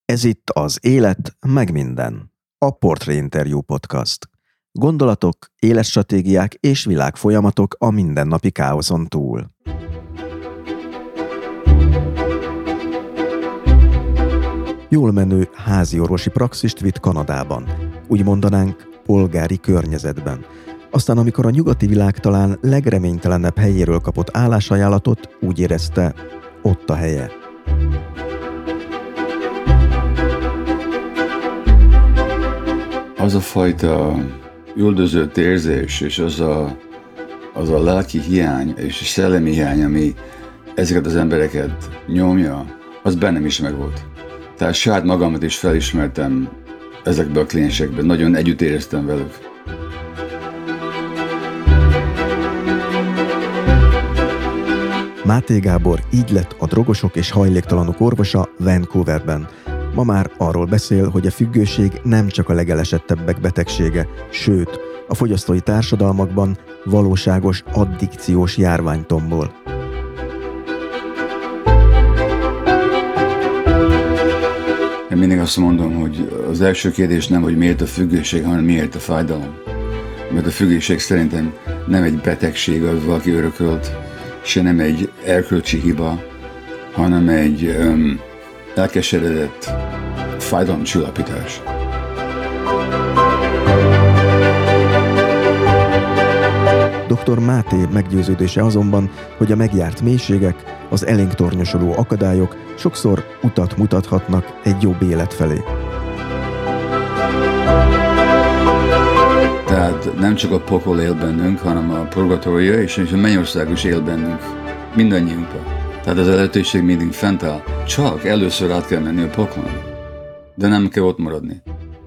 Ez itt az Élet meg minden, a Portré Interview Podcast. Gondolatok, életstratégiák és világfolyamatok a mindennapi káoszon túl. Jól menő háziorvosi praxist vitt Kanadában, úgy mondanánk polgári környezetben. Aztán amikor a nyugati világ talán legreménytelenebb helyéről kapott állásajánlatot, úgy érezte, ott a helye. Az a fajta üldözött érzés, és az a lelki hiány és a szellemi hiány, ami ezeket az embereket nyomja, az bennem is megvolt. Tehát saját magamat is felismertem ezekben a kliensekben, nagyon együtt éreztem velük. Máté Gábor így lett a drogosok és hajléktalanok orvosa Vancouverben. Ma már arról beszél, hogy a függőség nem csak a legelesettebbek betegsége, sőt, a fogyasztói társadalmakban valóságos addikciós járványtombol. Én mindig azt mondom, hogy az első kérdés nem, hogy miért a függőség, hanem miért a fájdalom. Mert a függőség szerintem nem egy betegség, az valaki örökölt, se nem egy erkölcsi hiba, hanem egy elkeseredett fájdalomcsillapítás. Dr. Máté meggyőződése azonban, hogy a megjárt mélységek, az elénk tornyosuló akadályok sokszor utat mutathatnak egy jobb élet felé. Tehát nem csak a pokol él bennünk, hanem a purgatória és a mennyország is él bennünk. Mindannyiunkban. Tehát az lehetőség mindig fent áll. Csak először át kell menni a poklon. De nem kell ott maradni.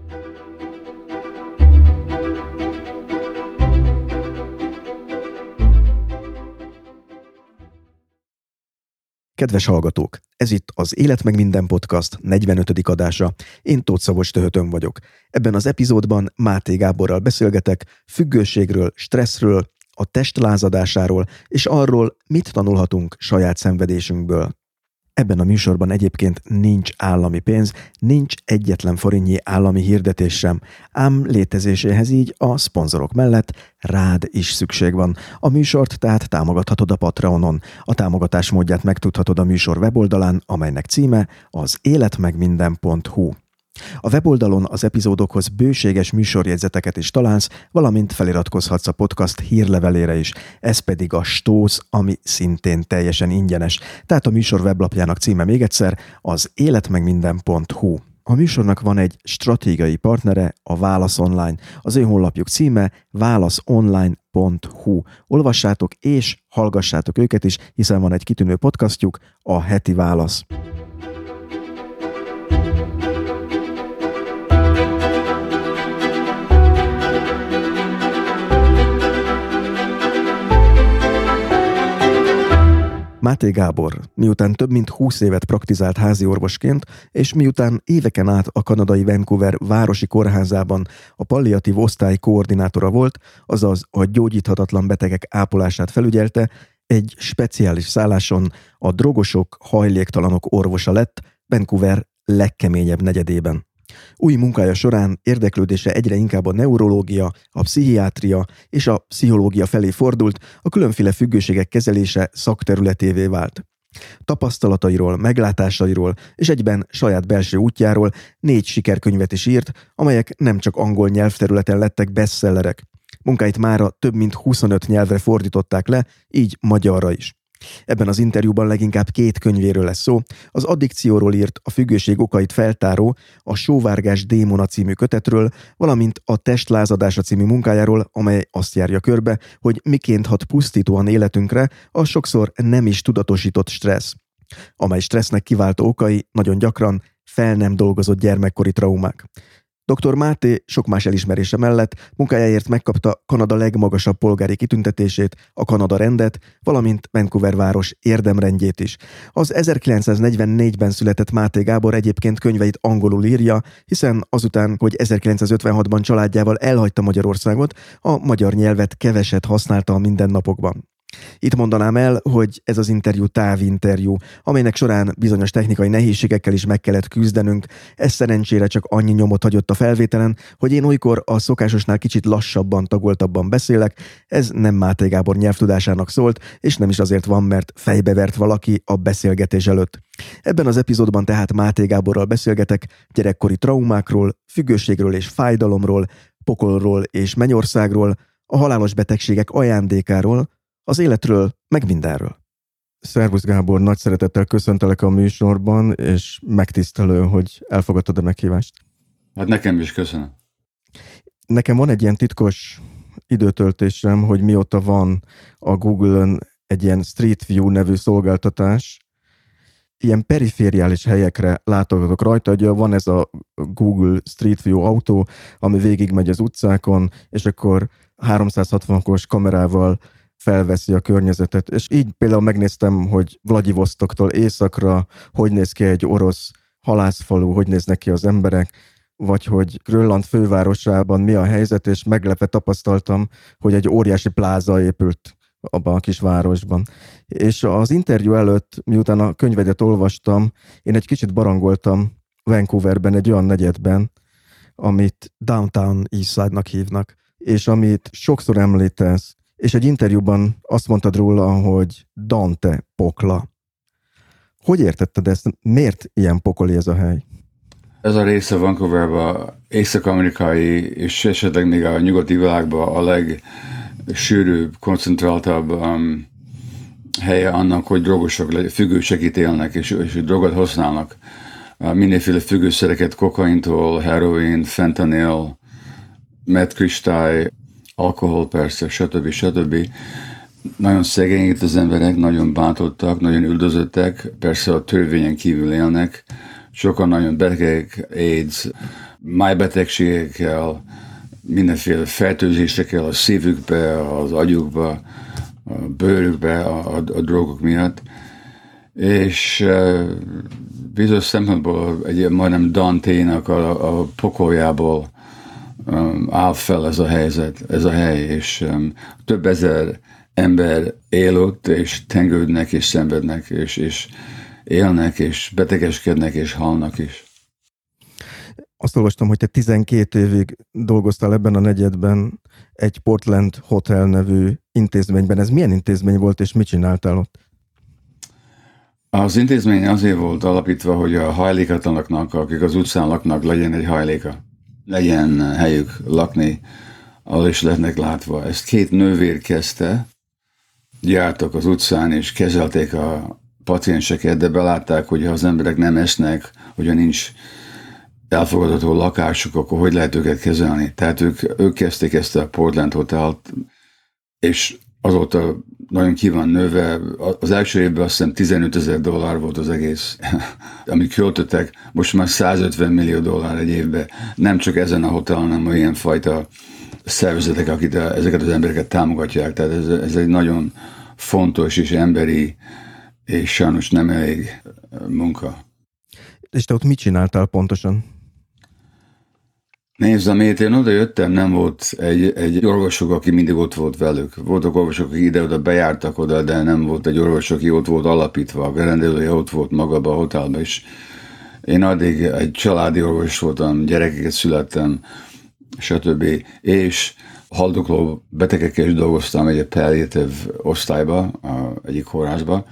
Kedves hallgatók! Ez itt az Élet meg minden podcast 45. adása. Én Tóth Szabolcs Töhötön vagyok. Ebben az epizódban Máté Gáborral beszélgetek függőségről, stresszről, a test lázadásáról és arról, mit tanulhatunk saját szenvedésünkből. Ebben a műsorban egyébként nincs állami pénz, nincs egyetlen forintnyi állami hirdetés sem, ám létezéséhez így a szponzorok mellett rád is szükség van. A műsort tehát támogathatod a Patreonon. A támogatás módját megtudhatod a műsor weboldalán, amelynek címe az életmegminden.hu. A weboldalon az epizódokhoz bőséges műsorjegyzeteket is találsz, valamint feliratkozhatsz a podcast hírlevelére is. Ez pedig a Stósz, ami szintén teljesen ingyenes. Tehát a műsor weblapjának címe még egyszer az életmegminden.hu. A műsornak van egy stratégiai partnere, a Válasz Online. Az ő honlapjuk címe válaszonline.hu. Olvassátok és hallgassátok őket is, hiszen van egy kitűnő podcastjuk, a Heti Válasz. Máté Gábor, miután több mint 20 évet praktizált háziorvosként, és miután éveken át a kanadai Vancouver városi kórházában a palliatív osztály koordinátora volt, azaz a gyógyíthatatlan betegek ápolását felügyelte, egy speciális szálláson a drogosok, hajléktalanok orvosa lett Vancouver legkeményebb negyedében. Új munkája során érdeklődése egyre inkább a neurológia, a pszichiátria és a pszichológia felé fordult, a különféle függőségek kezelése szakterületévé vált. Tapasztalatairól, meglátásairól és egyben saját belső útjáról 4 sikerkönyvet is írt, amelyek nem csak angol nyelvterületen lettek bestsellerek. Munkáit mára több mint 25 nyelvre fordították le, így magyarra is. Ebben az interjúban leginkább 2 könyvéről lesz szó, az addikcióról írt a függőség okait feltáró, a Sóvárgás démona című kötetről, valamint a Testlázadása című munkájáról, amely azt járja körbe, hogy miként hat pusztítóan életünkre a sokszor nem is tudatosított stressz, amely stressznek kiváltó okai nagyon gyakran fel nem dolgozott gyermekkori traumák. Dr. Máté sok más elismerése mellett munkájáért megkapta Kanada legmagasabb polgári kitüntetését, a Kanada rendet, valamint Vancouver város érdemrendjét is. Az 1944-ben született Máté Gábor egyébként könyveit angolul írja, hiszen azután, hogy 1956-ban családjával elhagyta Magyarországot, a magyar nyelvet keveset használta a mindennapokban. Itt mondanám el, hogy ez az interjú távinterjú, amelynek során bizonyos technikai nehézségekkel is meg kellett küzdenünk. Ez szerencsére csak annyi nyomot hagyott a felvételen, hogy én olykor a szokásosnál kicsit lassabban, tagoltabban beszélek. Ez nem Máté Gábor nyelvtudásának szólt, és nem is azért van, mert fejbevert valaki a beszélgetés előtt. Ebben az epizódban tehát Máté Gáborral beszélgetek gyerekkori traumákról, függőségről és fájdalomról, pokolról és mennyországról, a halálos betegségek ajándékáról, az életről, meg mindenről. Szervusz Gábor, nagy szeretettel köszöntelek a műsorban, és megtisztelő, hogy elfogadtad a meghívást. Hát nekem is köszönöm. Nekem van egy ilyen titkos időtöltésem, hogy mióta van a Google-ön egy ilyen Street View nevű szolgáltatás, ilyen perifériális helyekre látogatok rajta, hogy van ez a Google Street View autó, ami végigmegy az utcákon, és akkor 360-os kamerával felveszi a környezetet. És így például megnéztem, hogy Vladivostoktól északra hogy néz ki egy orosz halászfalu, hogy néznek ki az emberek, vagy hogy Grönland fővárosában mi a helyzet, és meglepve tapasztaltam, hogy egy óriási pláza épült abban a kis városban. És az interjú előtt, miután a könyvedet olvastam, én egy kicsit barangoltam Vancouverben, egy olyan negyedben, amit Downtown Eastside-nak hívnak, és amit sokszor említesz, és egy interjúban azt mondtad róla, hogy Dante pokla. Hogy értetted ezt? Miért ilyen pokoli ez a hely? Ez a része Vancouverban, észak-amerikai és esetleg még a nyugati világban a legsűrűbb, koncentráltabb helye annak, hogy drogosok, függősek itt élnek, és drogot használnak. Mindenféle függőszereket, kokaintól, heroin, fentanyl, mettkristály, alkohol persze, stb. Nagyon szegény itt az emberek, nagyon bántottak, nagyon üldözöttek, persze a törvényen kívül élnek, sokan nagyon betegek, AIDS, májbetegségekkel, mindenféle fertőzésekkel a szívükbe, az agyukba, a bőrükbe, a drogok miatt. És bizonyos szempontból egy majdnem Dante-nak a pokoljából áll fel ez a helyzet, ez a hely, és több ezer ember él ott, és tengődnek, és szenvednek, és élnek, és betegeskednek, és halnak is. Azt olvastam, hogy te 12 évig dolgoztál ebben a negyedben egy Portland Hotel nevű intézményben. Ez milyen intézmény volt, és mit csináltál ott? Az intézmény azért volt alapítva, hogy a hajléktalanoknak, akik az utcán laknak, legyen egy hajléka. Legyen helyük lakni, ahol is lehetnek látva. Ezt két nővér kezdte, jártak az utcán, és kezelték a pacienseket, de belátták, hogy ha az emberek nem esznek, hogyha nincs elfogadható lakásuk, akkor hogy lehet őket kezelni. Tehát ők kezdték ezt a Portland Hotelt, és azóta nagyon ki van nőve. Az első évben azt hiszem $15,000 volt az egész, amit költöttek, most már $150 millió egy évben. Nem csak ezen a hotelen, hanem ilyen fajta szervezetek, akik ezeket az embereket támogatják. Tehát ez egy nagyon fontos és emberi, és sajnos nem elég munka. És te ott mit csináltál pontosan? Nézd, amiért én oda jöttem, nem volt egy orvosok, aki mindig ott volt velük. Voltak orvosok, akik ide-oda bejártak oda, de nem volt egy orvos, aki ott volt alapítva, a rendelője ott volt magában a hotelben is. Én addig egy családi orvos voltam, gyerekeket születtem, stb. És haldokló betegekkel is dolgoztam egy palliative osztályba, egyik kórházba,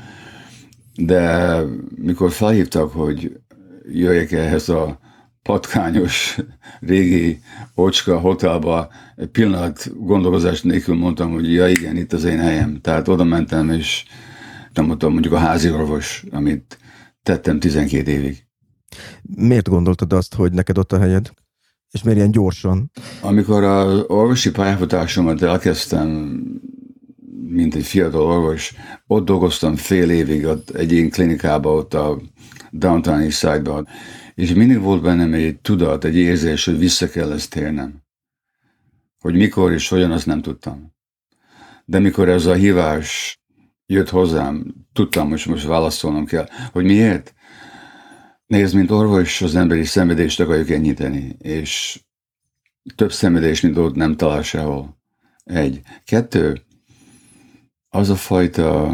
de mikor felhívtak, hogy jöjjek ehhez a patkányos, régi, ocska hotelba, egy pillanat gondolkozás nélkül mondtam, hogy ja igen, itt az én helyem. Tehát oda mentem, és nem mondtam, mondjuk a házi orvos, amit tettem 12 évig. Miért gondoltad azt, hogy neked ott a helyed? És miért ilyen gyorsan? Amikor az orvosi pályafutásomat elkezdtem, mint egy fiatal orvos, ott dolgoztam fél évig egy ilyen klinikában, ott a Downtown Eastside-ban, és mindig volt bennem egy tudat, egy érzés, hogy vissza kell ezt térnem. Hogy mikor és hogyan, azt nem tudtam. De mikor ez a hívás jött hozzám, tudtam, hogy most válaszolnom kell. Hogy miért? Nézd, mint orvos az emberi szenvedést akarjuk enyhíteni, és több szenvedés, mint ott nem talál sehol. 1. 2. az a fajta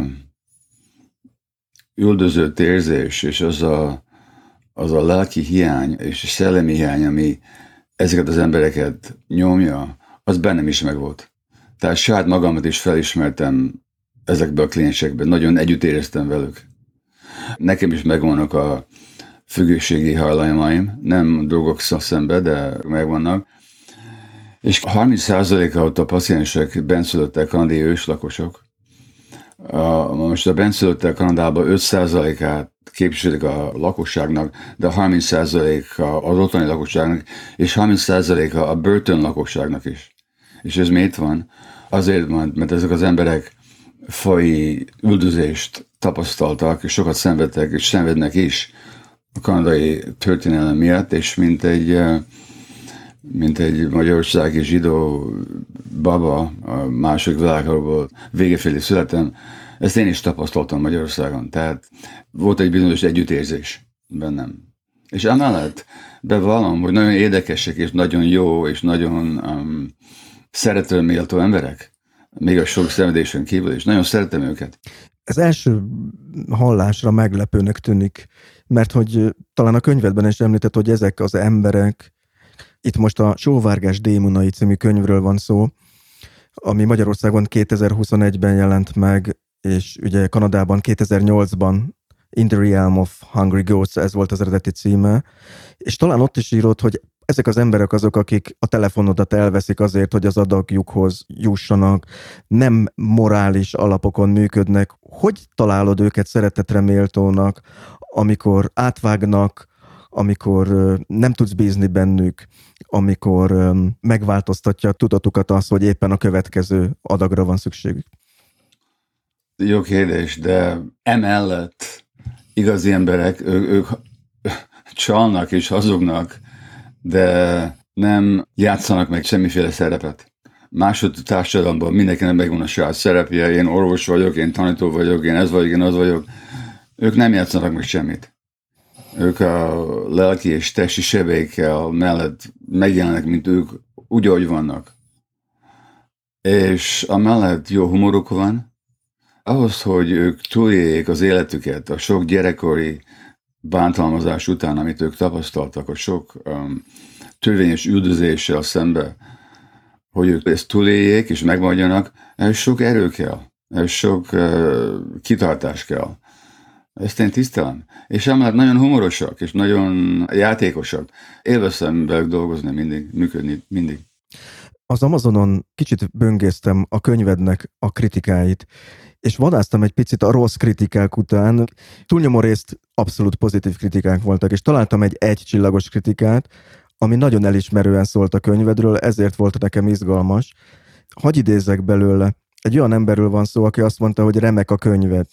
üldözött érzés, és az a lelki hiány és a szellemi hiány, ami ezeket az embereket nyomja, az bennem is megvolt. Tehát saját magamat is felismertem ezekben a kliensekben, nagyon együtt éreztem velük. Nekem is megvannak a függőségi hajlamaim, nem drogok szembe, de megvannak. És 30%-a ott a paciensek benszülöttek kanadai őslakosok. Most a benszülöttek Kanadában 5%-át képviselik a lakosságnak, de 30%-a az otthoni lakosságnak, és 30%-a a börtön lakosságnak is. És ez miért van? Azért van, mert ezek az emberek faji üldözést tapasztaltak, és sokat szenvedtek, és szenvednek is a kanadai történelem miatt, és mint egy magyarországi zsidó baba a második világháborúból vége felé születtem, ezt én is tapasztaltam Magyarországon. Tehát volt egy bizonyos együttérzés bennem. És emellett bevallom, hogy nagyon érdekesek, és nagyon jó, és nagyon szeretőméltó emberek, még a sok szenvedésen kívül is. Nagyon szeretem őket. Ez első hallásra meglepőnek tűnik, mert hogy talán a könyvedben is említett, hogy ezek az emberek, itt most a Sóvárgás démonai című könyvről van szó, ami Magyarországon 2021-ben jelent meg, és ugye Kanadában 2008-ban In the Realm of Hungry Ghosts, ez volt az eredeti címe, és talán ott is írott, hogy ezek az emberek azok, akik a telefonodat elveszik azért, hogy az adagjukhoz jussanak, nem morális alapokon működnek. Hogy találod őket szeretetre méltónak, amikor átvágnak, amikor nem tudsz bízni bennük, amikor megváltoztatja a tudatukat az, hogy éppen a következő adagra van szükségük? Jó kérdés, de emellett igazi emberek, ők csalnak és hazugnak, de nem játszanak meg semmiféle szerepet. Másod társadalomban mindenkinek megvan a saját szerepje, én orvos vagyok, én tanító vagyok, én ez vagyok, én az vagyok. Ők nem játszanak meg semmit. Ők a lelki és testi sebeikkel mellett megjelennek, mint ők úgy, ahogy vannak. És amellett jó humoruk van. Ahhoz, hogy ők túléljék az életüket, a sok gyerekkori bántalmazás után, amit ők tapasztaltak, a sok törvényes üldözéssel szembe, hogy ők ezt túléljék és megmaradjanak, ehhez sok erő kell, ehhez sok kitartás kell. Ezt én tisztelem. És emellett nagyon humorosak, és nagyon játékosak. Élveztem velük dolgozni mindig, működni mindig. Az Amazonon kicsit böngésztem a könyvednek a kritikáit, és vadásztam egy picit a rossz kritikák után. Túlnyomó részt abszolút pozitív kritikák voltak, és találtam egy csillagos kritikát, ami nagyon elismerően szólt a könyvedről, ezért volt nekem izgalmas. Hadd idézzek belőle. Egy olyan emberről van szó, aki azt mondta, hogy remek a könyved.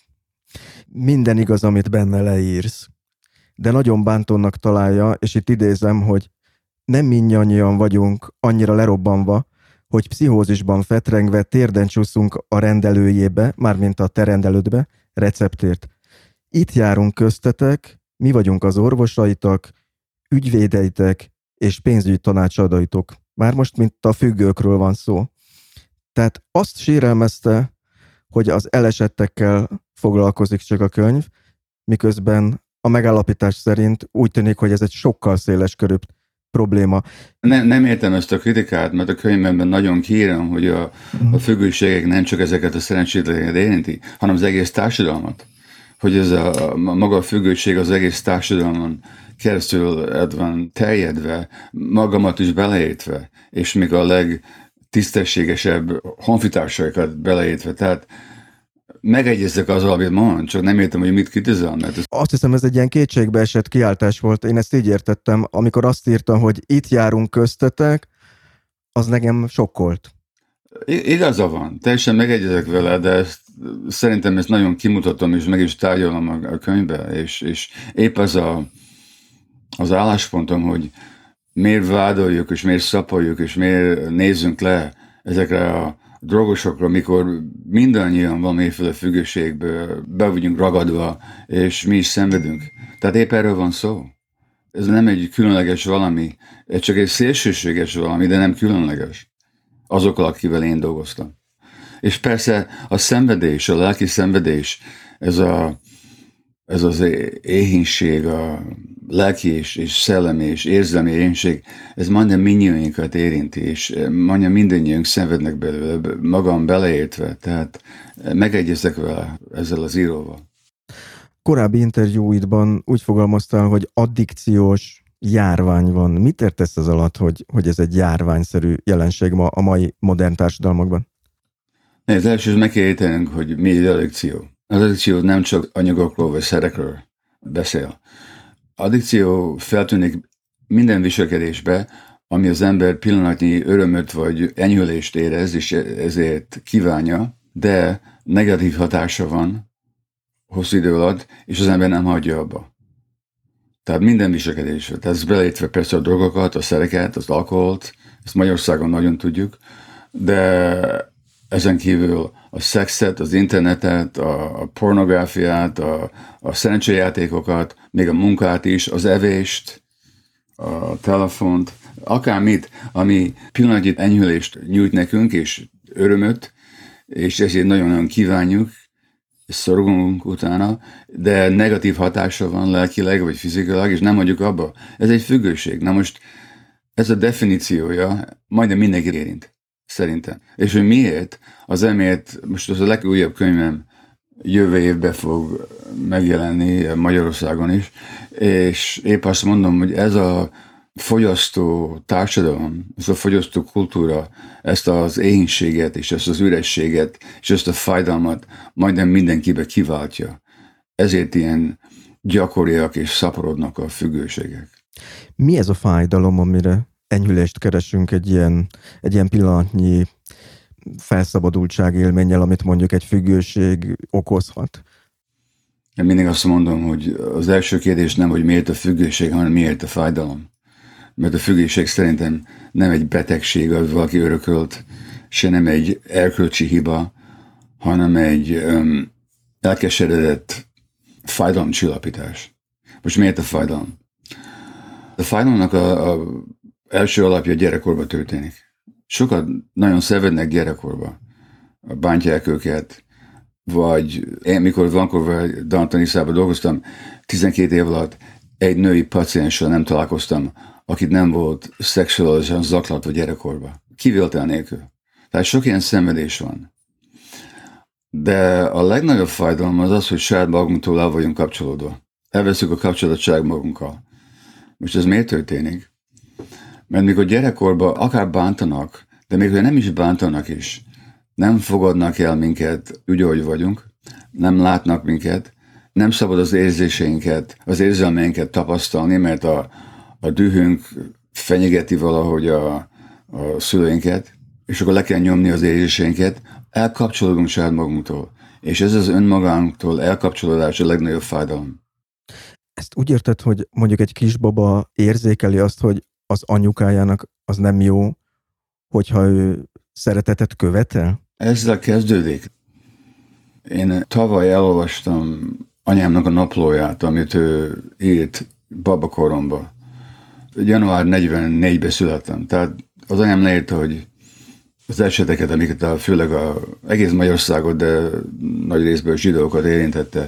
Minden igaz, amit benne leírsz. De nagyon bántónak találja, és itt idézem, hogy nem mindannyian vagyunk annyira lerobbanva, hogy pszichózisban fetrengve térden csúszunk a rendelőjébe, mármint a te rendelődbe, receptért. Itt járunk köztetek, mi vagyunk az orvosaitok, ügyvédeitek és pénzügyi tanácsadóitok. Már most, mint a függőkről van szó. Tehát azt sérelmezte, hogy az elesettekkel foglalkozik csak a könyv, miközben a megállapítás szerint úgy tűnik, hogy ez egy sokkal széleskörűbb probléma. Nem értem ezt a kritikát, mert a könyvemben nagyon kiírom, hogy a függőségek nem csak ezeket a szerencsétleneket érinti, hanem az egész társadalmat. Hogy ez maga a függőség az egész társadalmon keresztül van terjedve, magamat is beleértve, és még a legtisztességesebb honfitársaikat beleértve. Tehát megegyeztek azzal, amit mond, csak nem értem, hogy mit kritizál. Azt hiszem, ez egy ilyen kétségbeesett kiáltás volt. Én ezt így értettem, amikor azt írta, hogy itt járunk köztetek, az nekem sokkolt. Igaza van, teljesen megegyezek vele, de szerintem ezt nagyon kimutatom, és meg is tárgyalom a könyvbe, és épp az álláspontom, hogy miért vádoljuk, és miért szapoljuk, és miért nézzünk le ezekre a drogosokra, mikor mindannyian valamiféle függőségbe be vagyunk ragadva, és mi is szenvedünk. Tehát épp erről van szó. Ez nem egy különleges valami, ez csak egy szélsőséges valami, de nem különleges. Azokkal, akivel én dolgoztam. És persze a szenvedés, a lelki szenvedés, ez az éhínség, a lelki és szellemi és érzelmi éhínség, ez majdnem mindannyiunkat érinti, és majdnem mindannyiunk szenvednek belőle, magam beleértve, tehát megegyezek vele ezzel az íróval. Korábbi interjúidban úgy fogalmaztál, hogy addikciós járvány van. Mit értesz ez alatt, hogy ez egy járványszerű jelenség ma a mai modern társadalmakban? Az első, meg kell értenünk, hogy mi egy addikció. Az addikció nem csak anyagokról vagy szerekről beszél. Addikció feltűnik minden viselkedésbe, ami az ember pillanatnyi örömöt vagy enyhülést érez, és ezért kívánja, de negatív hatása van hosszú idő alatt, és az ember nem hagyja abba. Tehát minden viselkedésre. Tehát ez beleértve persze a drogokat, a szereket, az alkoholt, ezt Magyarországon nagyon tudjuk, de ezen kívül a szexet, az internetet, a pornográfiát, a szerencsejátékokat, még a munkát is, az evést, a telefont, akármit, ami pillanatnyi enyhülést nyújt nekünk, és örömöt, és ezért nagyon-nagyon kívánjuk, és szorgunk utána, de negatív hatása van lelkileg, vagy fizikailag, és nem hagyjuk abba. Ez egy függőség. Na most ez a definíciója majdnem mindenki érint, szerintem. És hogy miért? Az emért, most az a legújabb könyvem jövő évben fog megjelenni Magyarországon is, és épp azt mondom, hogy ez a fogyasztó társadalom, ez a fogyasztó kultúra, ezt az éhínséget, és ezt az ürességet, és ezt a fájdalmat majdnem mindenkibe kiváltja. Ezért ilyen gyakoriak és szaporodnak a függőségek. Mi ez a fájdalom, amire enyhülést keresünk egy ilyen pillanatnyi felszabadultság élménnyel, amit mondjuk egy függőség okozhat? Én mindig azt mondom, hogy az első kérdés nem, hogy miért a függőség, hanem miért a fájdalom. Mert a függőség szerintem nem egy betegség, az valaki örökölt, se nem egy erkölcsi hiba, hanem egy elkeseredett fájdalomcsillapítás. Most miért a fájdalom? A fájdalomnak a első alapja gyerekkorban történik. Sokan nagyon szenvednek gyerekkorban, bántják őket, vagy én mikor Vancouver Downton East-ben dolgoztam, 12 év alatt egy női pacienssel nem találkoztam, akit nem volt szexuálisan zaklatva gyerekkorban. Kivétel nélkül. Tehát sok ilyen szenvedés van. De a legnagyobb fájdalom az az, hogy saját magunktól el vagyunk kapcsolódva. Elveszünk a kapcsolatság magunkkal. Most ez miért történik? Mert mikor gyerekkorban akár bántanak, de még ha nem is bántanak is, nem fogadnak el minket úgy, ahogy vagyunk, nem látnak minket, nem szabad az érzéseinket, az érzelmeinket tapasztalni, mert a dühünk fenyegeti valahogy a szüleinket, és akkor le kell nyomni az érzéseinket, elkapcsolódunk saját magunktól. És ez az önmagánktól elkapcsolódás a legnagyobb fájdalom. Ezt úgy érted, hogy mondjuk egy kisbaba érzékeli azt, hogy az anyukájának az nem jó, hogyha ő szeretetet követel? Ezzel kezdődik. Én tavaly elolvastam anyámnak a naplóját, amit ő írt babakoromban. Január 44-ben születtem. Tehát az anyám leírta, hogy az eseteket, amiket főleg egész Magyarországot, de nagy részben a zsidókat érintette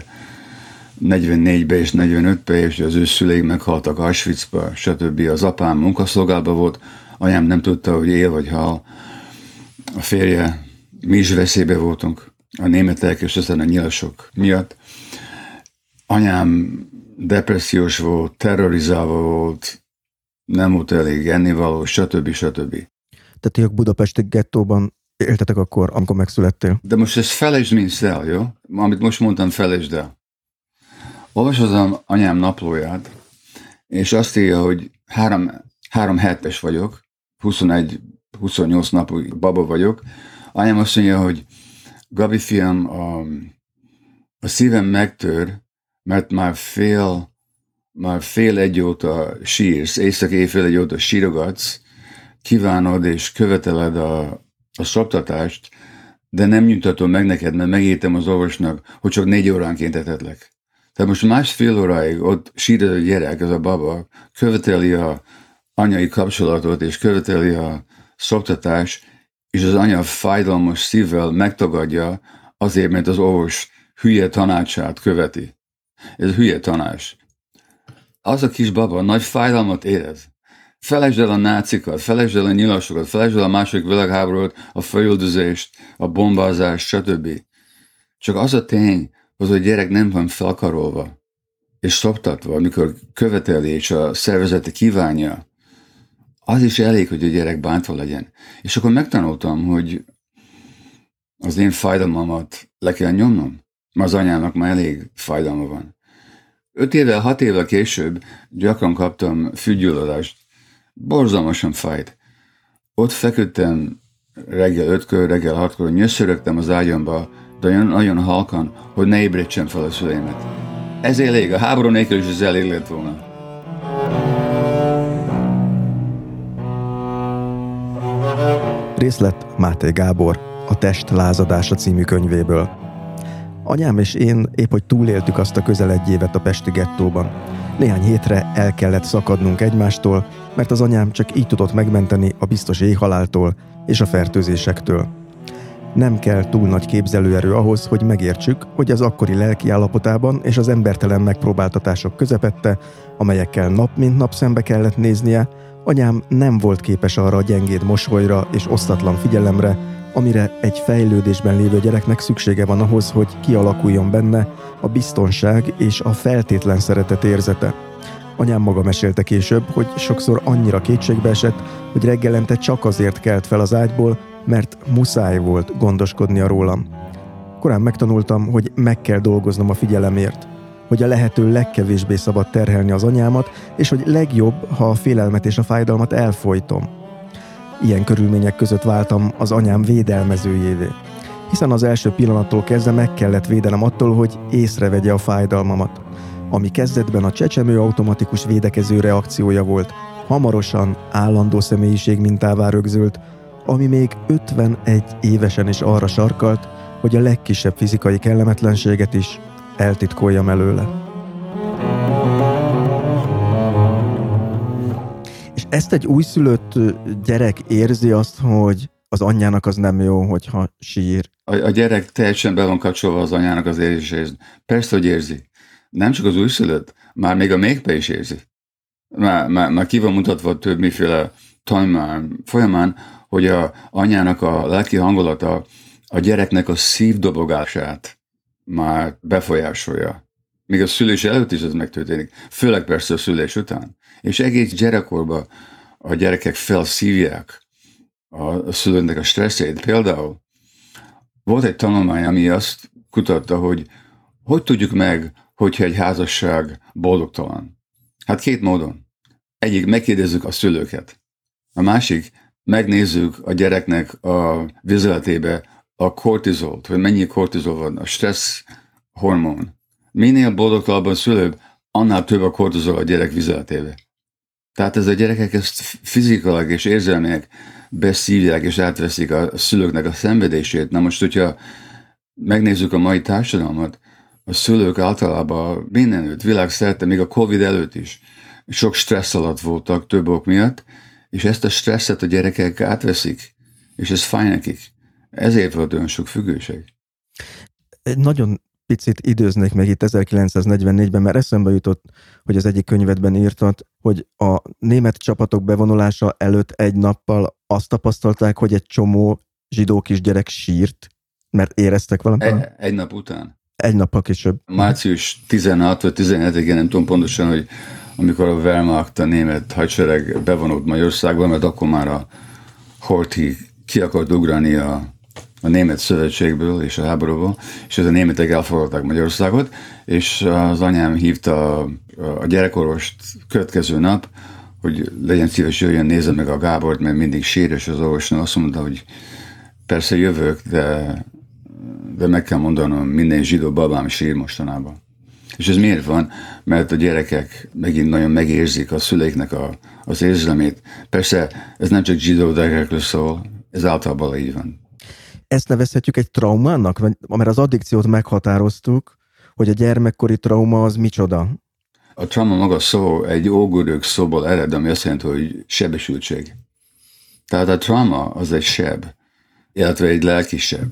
44-ben és 45-ben, és az ő szüleik meghaltak Auschwitzba, stb. Az apám munkaszolgálatban volt, anyám nem tudta, hogy él vagy hal. A férje, mi is veszélybe voltunk, a németek és aztán a nyilasok miatt. Anyám depressziós volt, terrorizálva volt, nem volt elég ennivaló, stb. Tehát ti a budapesti gettóban éltetek akkor, amikor megszülettél? De most ezt felejtsd mindig el, jó? Amit most mondtam, felejtsd el. Olvasod anyám naplóját, és azt írja, hogy 3 hetes vagyok, 21-28 napig baba vagyok. Anyám azt mondja, hogy Gabi fiam, a szívem megtör, mert már fél egy óta sírsz, éjszaka-éjfél egy óta sírogatsz, kívánod és követeled a szoptatást, de nem nyugtatom meg neked, mert megírtam az orvosnak, hogy csak 4 óránként etetlek. Tehát most 1,5 óráig ott sír a gyerek, ez a baba, követeli a anyai kapcsolatot, és követeli a szoptatást, és az anya fájdalmas szívvel megtagadja azért, mert az orvos hülye tanácsát követi. Ez hülye tanács. Az a kis baba nagy fájdalmat érez. Felejtsd el a nácikat, felejtsd el a nyilasokat, felejtsd el a második világháborút, a földözést, a bombázást, stb. Csak az a tény, hogy a gyerek nem van felkarolva és szoptatva, amikor követeli és a szervezete kívánja, az is elég, hogy a gyerek bántva legyen. És akkor megtanultam, hogy az én fájdalmamat le kell nyomnom, mert az anyának már elég fájdalma van. 5 évvel, 6 évvel később gyakran kaptam fülgyulladást. Borzalmasan fájt. Ott feküdtem reggel 5-kor, reggel 6-kor, nyöszörögtem az ágyamba, de nagyon halkan, hogy ne ébredtsem fel a szüleimet. Ez elég, a háború nélkül is ez elég lett volna. Részlet Máté Gábor, a Test lázadása című könyvéből. Anyám és én épp hogy túléltük azt a közel 1 évet a pesti gettóban. Néhány hétre el kellett szakadnunk egymástól, mert az anyám csak így tudott megmenteni a biztos éhhaláltól és a fertőzésektől. Nem kell túl nagy képzelőerő ahhoz, hogy megértsük, hogy az akkori lelki állapotában és az embertelen megpróbáltatások közepette, amelyekkel nap mint nap szembe kellett néznie, anyám nem volt képes arra a gyengéd mosolyra és osztatlan figyelemre, amire egy fejlődésben lévő gyereknek szüksége van ahhoz, hogy kialakuljon benne a biztonság és a feltétlen szeretet érzete. Anyám maga mesélte később, hogy sokszor annyira kétségbe esett, hogy reggelente csak azért kelt fel az ágyból, mert muszáj volt gondoskodnia rólam. Korán megtanultam, hogy meg kell dolgoznom a figyelemért, hogy a lehető legkevésbé szabad terhelni az anyámat, és hogy legjobb, ha a félelmet és a fájdalmat elfojtom. Ilyen körülmények között váltam az anyám védelmezőjévé, hiszen az első pillanattól kezdve meg kellett védenem attól, hogy észrevegye a fájdalmamat. Ami kezdetben a csecsemő automatikus védekező reakciója volt, hamarosan állandó személyiség mintává rögzült, ami még 51 évesen is arra sarkalt, hogy a legkisebb fizikai kellemetlenséget is eltitkoljam előle. És ezt egy újszülött gyerek érzi azt, hogy az anyjának az nem jó, hogyha sír. A gyerek teljesen be van kapcsolva az anyának az érzését. Persze, hogy érzi. Nem csak az újszülött, már még a méhbe is érzi. Már ki van mutatva többféle tanulmány folyamán, hogy a anyának a lelki hangulata a gyereknek a szívdobogását már befolyásolja. Még a szülés előtt is ez megtörténik, főleg persze a szülés után. És egész gyerekkorban a gyerekek felszívják a szülőnek a stresszét. Például volt egy tanulmány, ami azt kutatta, hogy tudjuk meg, hogyha egy házasság boldogtalan. Hát 2 módon. Egyik, megkérdezzük a szülőket. A másik, megnézzük a gyereknek a vizeletébe a kortizolt, hogy mennyi kortizol van, a stressz hormon. Minél boldogtalabban a szülő, annál több a kortizol a gyerek vizeletébe. Tehát ez a gyerekek ezt fizikailag és érzelmileg beszívják és átveszik a szülőknek a szenvedését. Na most, hogyha megnézzük a mai társadalmat, a szülők általában mindenütt, világszerte, még a Covid előtt is sok stressz alatt voltak több ok miatt, és ezt a stresszet a gyerekek átveszik, és ez fáj nekik. Ezért volt olyan sok függőség. Nagyon picit időznék meg itt 1944-ben, mert eszembe jutott, hogy az egyik könyvedben írtad, hogy a német csapatok bevonulása előtt 1 nappal azt tapasztalták, hogy egy csomó zsidó kisgyerek sírt, mert éreztek valamit. 1 nap után. 1 nappal később. Március 16 vagy 17-én, nem tudom pontosan, hogy amikor a Wehrmacht, a német hadsereg bevonult Magyarországba, mert akkor már a Horthy ki akart ugrani a német szövetségből és a háborúból, és ez a németek elfoglalták Magyarországot, és az anyám hívta a gyerekorvost következő nap, hogy legyen szíves, jöjjön, nézze meg a Gábort, mert mindig sír, és az orvosnő azt mondta, hogy persze jövök, de meg kell mondanom, minden zsidó babám sír mostanában. És ez miért van? Mert a gyerekek megint nagyon megérzik a szüleiknek az érzelmét. Persze ez nem csak zsidó gyerekekről szól, ez általában így van. Ezt nevezhetjük egy traumának? Mert az addikciót meghatároztuk, hogy a gyermekkori trauma az micsoda? A trauma maga szó egy ógörög szóból ered, ami azt jelenti, hogy sebesültség. Tehát a trauma az egy seb. illetve egy lelkisebb.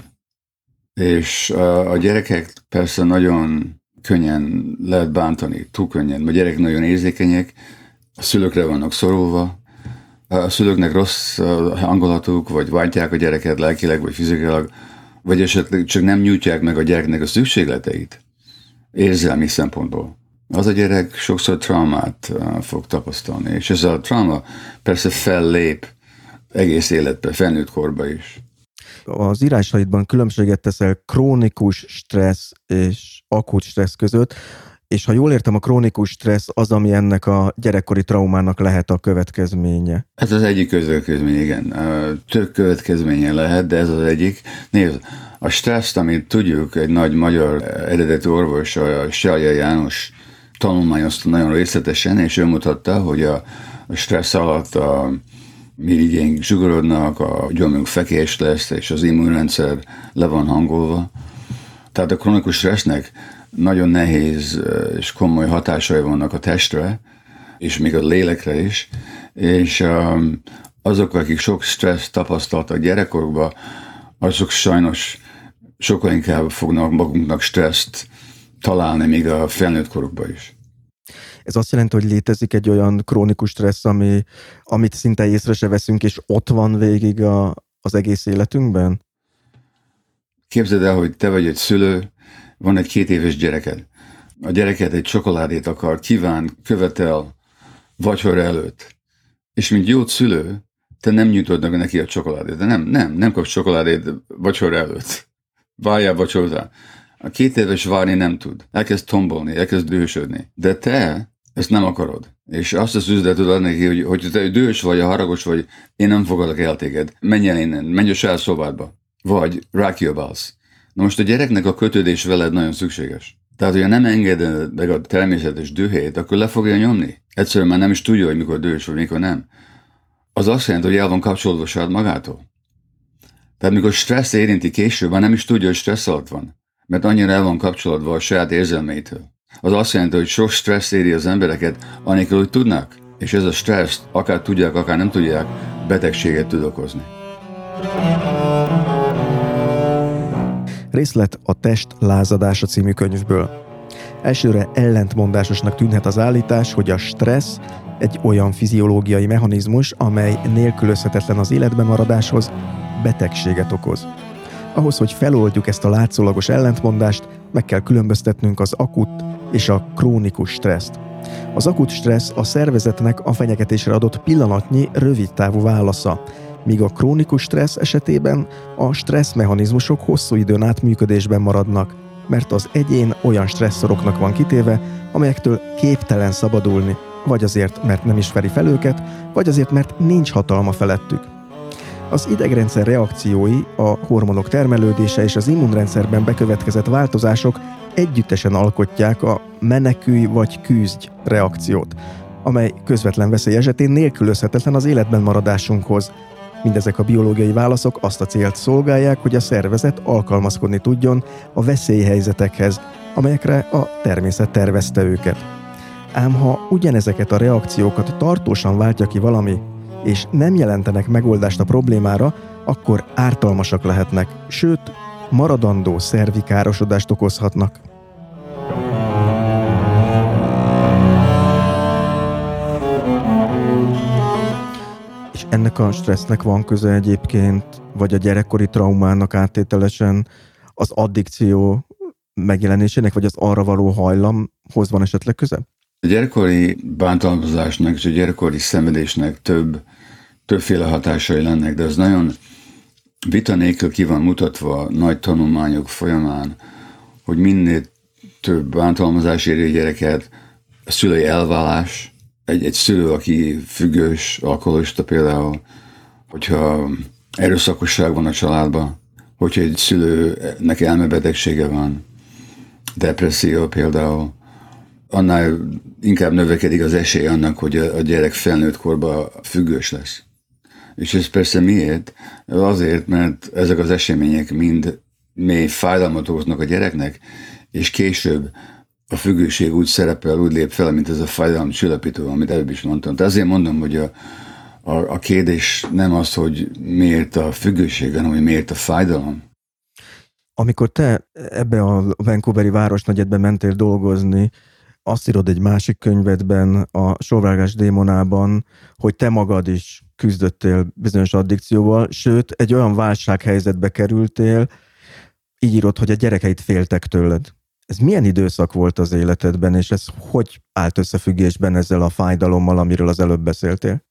És a gyerekek persze nagyon könnyen lehet bántani, túl könnyen, mert a gyerekek nagyon érzékenyek, a szülőkre vannak szorulva, a szülőknek rossz hangulatuk, vagy váltják a gyereket lelkileg, vagy fizikailag, vagy esetleg csak nem nyújtják meg a gyereknek a szükségleteit érzelmi szempontból. Az a gyerek sokszor traumát fog tapasztalni, és ez a trauma persze fellép egész életben, felnőtt korban is. Az írásaidban különbséget teszel krónikus stressz és akut stressz között, és ha jól értem, a krónikus stressz az, ami ennek a gyerekkori traumának lehet a következménye. Ez az egyik következmény, igen. Több következménye lehet, de ez az egyik. Nézd, a stresszt, amit tudjuk, egy nagy magyar eredetű orvos, a Selye János tanulmányozta nagyon részletesen, és ő mutatta, hogy a stressz alatt a mirigyénk zsugorodnak, a gyomrunk fekés lesz, és az immunrendszer le van hangolva. Tehát a krónikus stressznek nagyon nehéz és komoly hatásai vannak a testre, és még a lélekre is, és azok, akik sok stressz tapasztaltak gyerekkorban, azok sajnos sokkal inkább fognak magunknak stresszt találni, még a felnőtt korukban is. Ez azt jelenti, hogy létezik egy olyan krónikus stressz, amit szinte észre se veszünk, és ott van végig az egész életünkben? Képzeld el, hogy te vagy egy szülő, van egy 2 éves gyereked. A gyereket egy csokoládét akar, kíván, követel vacsora előtt. És mint jó szülő, te nem nyújtod meg neki a csokoládét. De nem kapsz csokoládét vacsora előtt. Várjál vacsora. A 2 éves várni nem tud. Elkezd tombolni, elkezd dühösödni. De te ezt nem akarod. És azt az üzletet ad neki, hogy te dühös vagy, haragos vagy, én nem fogadok el téged. Menj el innen, menj a saját szobádba. Vagy rákiabálsz. Na most a gyereknek a kötődés veled nagyon szükséges. Tehát, hogyha nem engeded meg a természetes dühét, akkor le fogja nyomni. Egyszerűen már nem is tudja, hogy mikor dühös vagy, mikor nem. Az azt jelenti, hogy el van kapcsolódva saját magától. Tehát mikor stressz érinti később, már nem is tudja, hogy stressz alatt van. Mert annyira el van kapcsolódva a saját érzelmeitől. Az azt jelenti, hogy sok stressz éri az embereket, anélkül, hogy tudnak. És ez a stressz, akár tudják, akár nem tudják, betegséget tud okozni. Részlet a Test lázadása című könyvből. Elsőre ellentmondásosnak tűnhet az állítás, hogy a stressz egy olyan fiziológiai mechanizmus, amely nélkülözhetetlen az életben maradáshoz, betegséget okoz. Ahhoz, hogy feloldjuk ezt a látszólagos ellentmondást, meg kell különböztetnünk az akut és a krónikus stresszt. Az akut stressz a szervezetnek a fenyegetésre adott pillanatnyi, rövidtávú válasza, míg a krónikus stressz esetében a stresszmechanizmusok hosszú időn át működésben maradnak, mert az egyén olyan stresszoroknak van kitéve, amelyektől képtelen szabadulni, vagy azért, mert nem ismeri fel őket, vagy azért, mert nincs hatalma felettük. Az idegrendszer reakciói, a hormonok termelődése és az immunrendszerben bekövetkezett változások együttesen alkotják a menekülj vagy küzdj reakciót, amely közvetlen veszély esetén nélkülözhetetlen az életben maradásunkhoz. Mindezek a biológiai válaszok azt a célt szolgálják, hogy a szervezet alkalmazkodni tudjon a veszélyhelyzetekhez, amelyekre a természet tervezte őket. Ám ha ugyanezeket a reakciókat tartósan váltja ki valami, és nem jelentenek megoldást a problémára, akkor ártalmasak lehetnek, sőt, maradandó szervi károsodást okozhatnak. És ennek a stressznek van köze egyébként, vagy a gyerekkori traumának áttételesen az addikció megjelenésének, vagy az arra való hajlamhoz van esetleg köze? A gyerekkori bántalmazásnak és a gyerekkori szenvedésnek többféle hatásai lennek, de az nagyon vita nélkül ki van mutatva nagy tanulmányok folyamán, hogy minél több bántalmazás éri a gyereket, a szülői elválás, egy szülő, aki függős, alkoholista például, hogyha erőszakosság van a családban, hogyha egy szülőnek elmebetegsége van, depresszió például, annál inkább növekedik az esély annak, hogy a gyerek felnőtt korban függős lesz. És ez persze miért? Azért, mert ezek az események mind mély fájdalmat okoznak a gyereknek, és később a függőség úgy szerepel, úgy lép fel, mint ez a fájdalom csillapító, amit előbb is mondtam. Tehát azért mondom, hogy A kérdés nem az, hogy miért a függőség, hanem hogy miért a fájdalom. Amikor te ebbe a vancouveri városnegyedbe mentél dolgozni, azt írod egy másik könyvedben, a Sóvárgás démonában, hogy te magad is küzdöttél bizonyos addikcióval, sőt, egy olyan válsághelyzetbe kerültél, így írod, hogy a gyerekeid féltek tőled. Ez milyen időszak volt az életedben, és ez hogy állt összefüggésben ezzel a fájdalommal, amiről az előbb beszéltél?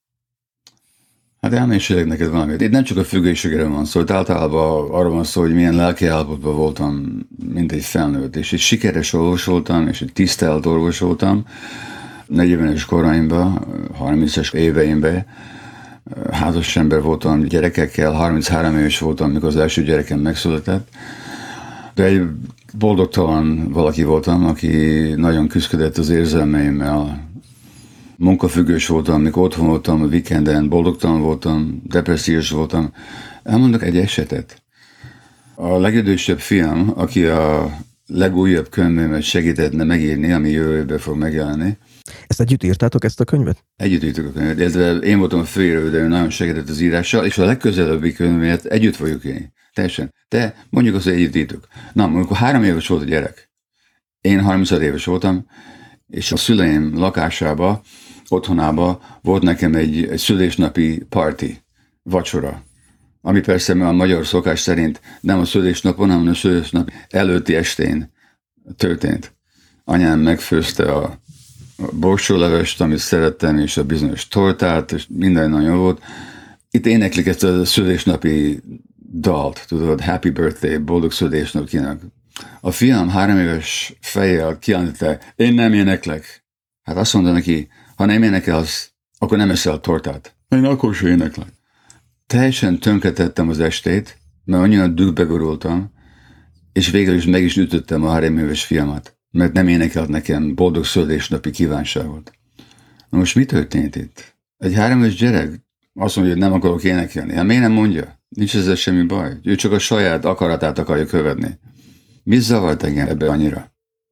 Hát elmésélek neked valamit. Itt nem csak a függőségről van szó, általában arról van szó, hogy milyen lelki állapotban voltam, mint egy felnőtt. És egy sikeres orvos voltam, és egy tisztelt orvos voltam. 40-es koraimban, 30-es éveimben házas ember voltam gyerekekkel, 33 éves voltam, amikor az első gyerekem megszületett. De egy boldogtalan valaki voltam, aki nagyon küzdött az érzelmeimmel. Munkafüggős voltam, amikor otthon voltam a weekenden, boldogtalan voltam, depressziós voltam. Elmondok egy esetet. A legidősebb fiam, aki a legújabb könyvemet segített megírni, ami jövő évben fog megjelenni. Ezt együtt írtátok, ezt a könyvet? Együtt írtuk a könyvet. Ez én voltam a főíró, de ő nagyon segített az írással, és a legközelebbi könyvet együtt fogjuk írni. Teljesen. De mondjuk azt, hogy együtt írtuk. Na, amikor 3 éves volt a gyerek, én 36 éves voltam, és a szüleim lakásába, otthonába volt nekem egy szülésnapi party, vacsora. Ami persze a magyar szokás szerint nem a szülésnapon, hanem a szülésnap előtti estén történt. Anyám megfőzte a borsólevest, amit szerettem, és a bizonyos tortát, és minden nagyon volt. Itt éneklik ezt a szülésnapi dalt, tudod, Happy Birthday, boldog szülésnapkinak. A fiam 3 éves fejjel kijelentette, én nem éneklek. Hát azt mondta neki, ha nem énekelsz, akkor nem eszel tortát. Én akkor sem éneklek. Teljesen tönkretettem az estét, mert annyira dühbe gurultam, és végül is meg is ütöttem a 3 éves fiamat, mert nem énekelt nekem boldog születésnapi kívánságot. Na most mi történt itt? Egy 3 éves gyerek azt mondja, hogy nem akarok énekelni. Hát miért nem mondja? Nincs ezzel semmi baj. Ő csak a saját akaratát akarja követni. Mi zavart engem ebbe annyira?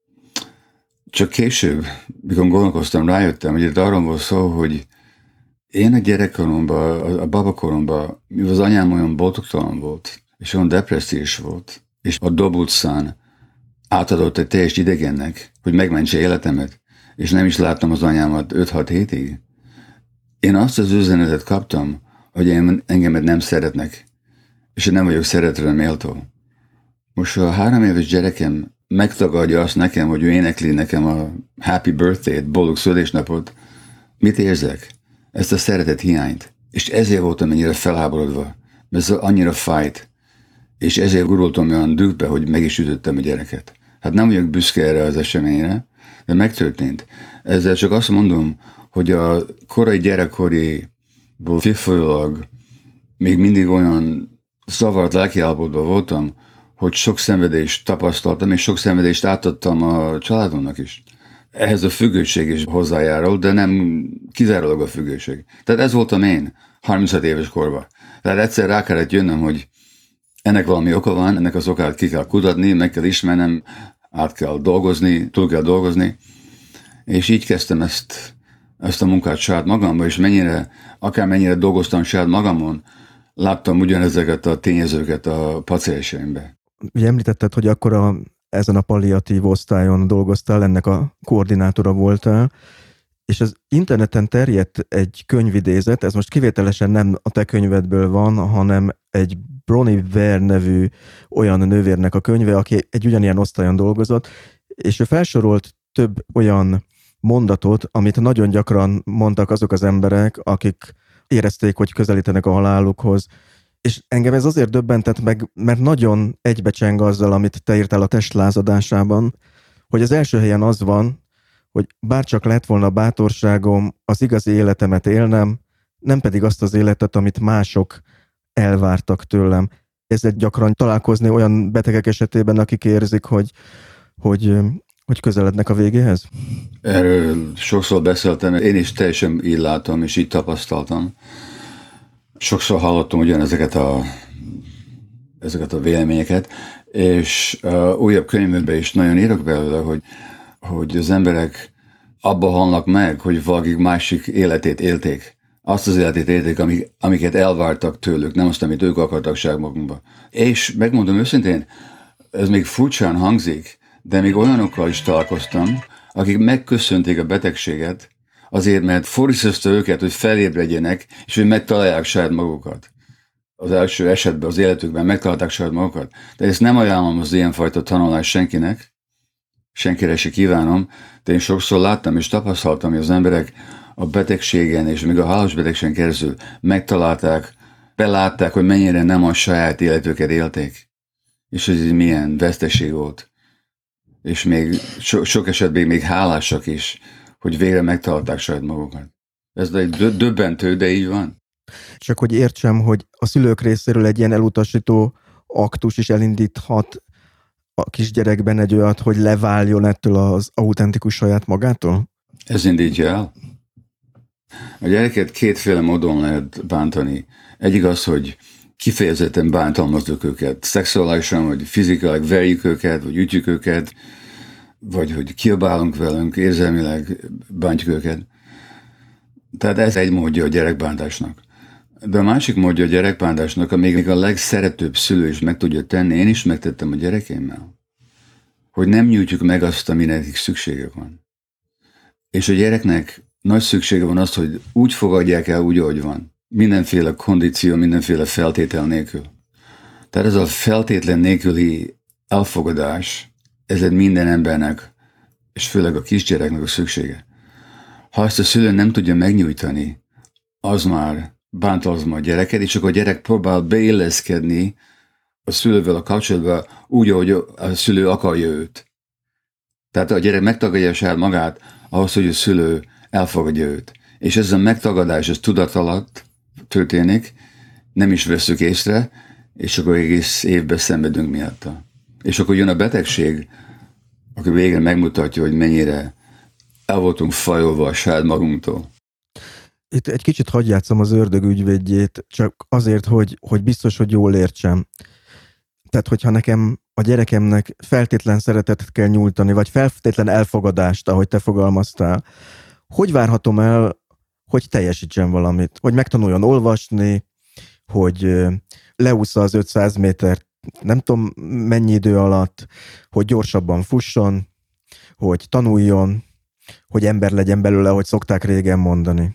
Csak később, mikor gondolkoztam, rájöttem, hogy itt arról volt szó, hogy én a gyerekkoromban, a babakoromban, mivel az anyám olyan boldogtalan volt, és olyan depressziós volt, és a Dob utcán átadott egy teljes idegennek, hogy megmentse életemet, és nem is láttam az anyámat 5-6 hétig. Én azt az üzenetet kaptam, hogy engemet nem szeretnek, és nem vagyok szeretre méltó. Most a 3 éves gyerekem megtagadja azt nekem, hogy ő énekli nekem a Happy Birthday-t, boldog születésnapot. Mit érzek? Ezt a szeretet hiányt. És ezért voltam ennyire felháborodva, mert ez annyira fájt. És ezért gurultam olyan dühbe, hogy meg is ütöttem a gyereket. Hát nem vagyok büszke erre az eseményre, de megtörtént. Ezzel csak azt mondom, hogy a korai gyerekkoriból kifolyólag még mindig olyan zavart lelkiállapotban voltam, hogy sok szenvedést tapasztaltam, és sok szenvedést átadtam a családomnak is. Ehhez a függőség is hozzájárul, de nem kizárólag a függőség. Tehát ez voltam én, 36 éves korban. Tehát egyszer rá kellett jönnöm, hogy ennek valami oka van, ennek az okát ki kell kutatni, meg kell ismernem, át kell dolgozni, túl kell dolgozni, és így kezdtem ezt a munkát saját magamba, és akármennyire dolgoztam saját magamon, láttam ugyanezeket a tényezőket a pacienseimben. Ugye említetted, hogy akkor ezen a palliatív osztályon dolgoztál, ennek a koordinátora voltál, és az interneten terjedt egy könyvidézet, ez most kivételesen nem a te könyvedből van, hanem egy Bronnie Ware nevű olyan nővérnek a könyve, aki egy ugyanilyen osztályon dolgozott, és ő felsorolt több olyan mondatot, amit nagyon gyakran mondtak azok az emberek, akik érezték, hogy közelítenek a halálukhoz. És engem ez azért döbbentett meg, mert nagyon egybecseng azzal, amit te írtál a testlázadásában, hogy az első helyen az van, hogy bárcsak lett volna bátorságom az igazi életemet élnem, nem pedig azt az életet, amit mások elvártak tőlem. Ezzel gyakran találkozni olyan betegek esetében, akik érzik, hogy közelednek a végéhez? Erről sokszor beszéltem, én is teljesen így látom, és így tapasztaltam. Sokszor hallottam ugyanezeket a véleményeket, és újabb könyvemben is nagyon írok belőle, hogy az emberek abba halnak meg, hogy valaki másik életét élték, azt az életét élték, amiket elvártak tőlük, nem azt, amit ők akartak saját magukba. És megmondom őszintén, ez még furcsán hangzik, de még olyanokkal is találkoztam, akik megköszönték a betegséget, azért, mert fordította őket, hogy felébredjenek, és hogy megtalálják saját magukat. Az első esetben, az életükben megtalálták saját magukat. De ezt nem ajánlom az ilyenfajta tanulást senkinek, senkire se kívánom, de én sokszor láttam és tapasztaltam, hogy az emberek a betegségen és még a halálos betegségen keresztül megtalálták, belátták, hogy mennyire nem a saját életüket élték, és hogy ez milyen veszteség volt. És még sok esetben még hálásak is, hogy végre megtalálták saját magukat. Ez egy döbbentő, de így van. Csak hogy értsem, hogy a szülők részéről egy ilyen elutasító aktus is elindíthat a kisgyerekben egy olyat, hogy leváljon ettől az autentikus saját magától? Ez indítja el. A gyereket kétféle módon lehet bántani. Egyik az, hogy kifejezetten bántalmazzuk őket. Szexuálisan, vagy fizikailag verjük őket, vagy ütjük őket, vagy hogy kiabálunk velünk, érzelmileg bántjuk őket. Tehát ez egy módja a gyerekbántásnak. De a másik módja a gyerekbántásnak, még a legszeretőbb szülő is meg tudja tenni, én is megtettem a gyerekeimmel, hogy nem nyújtjuk meg azt, amire nekik szükségük van. És a gyereknek nagy szüksége van azt, hogy úgy fogadják el, úgy, ahogy van. Mindenféle kondíció, mindenféle feltétel nélkül. Tehát ez a feltétlen nélküli elfogadás, ez egy minden embernek, és főleg a kisgyereknek a szüksége. Ha ezt a szülő nem tudja megnyújtani, az már bántalmazza a gyereket, és akkor a gyerek próbál beilleszkedni a szülővel a kapcsolatban úgy, ahogy a szülő akarja őt. Tehát a gyerek megtagadja saját magát ahhoz, hogy a szülő elfogadja őt. És ez a megtagadás, ez tudat alatt történik, nem is veszük észre, és akkor egész évben szenvedünk miatta. És akkor jön a betegség, aki végre megmutatja, hogy mennyire el voltunk fajolva a saját magunktól. Itt egy kicsit hadd játszom az ördög ügyvédjét, csak azért, hogy biztos, hogy jól értsem. Tehát, hogyha nekem a gyerekemnek feltétlen szeretetet kell nyújtani, vagy feltétlen elfogadást, ahogy te fogalmaztál, hogy várhatom el, hogy teljesítsen valamit? Hogy megtanuljon olvasni, hogy leúszza az 500 métert, nem tudom mennyi idő alatt, hogy gyorsabban fusson, hogy tanuljon, hogy ember legyen belőle, ahogy szokták régen mondani.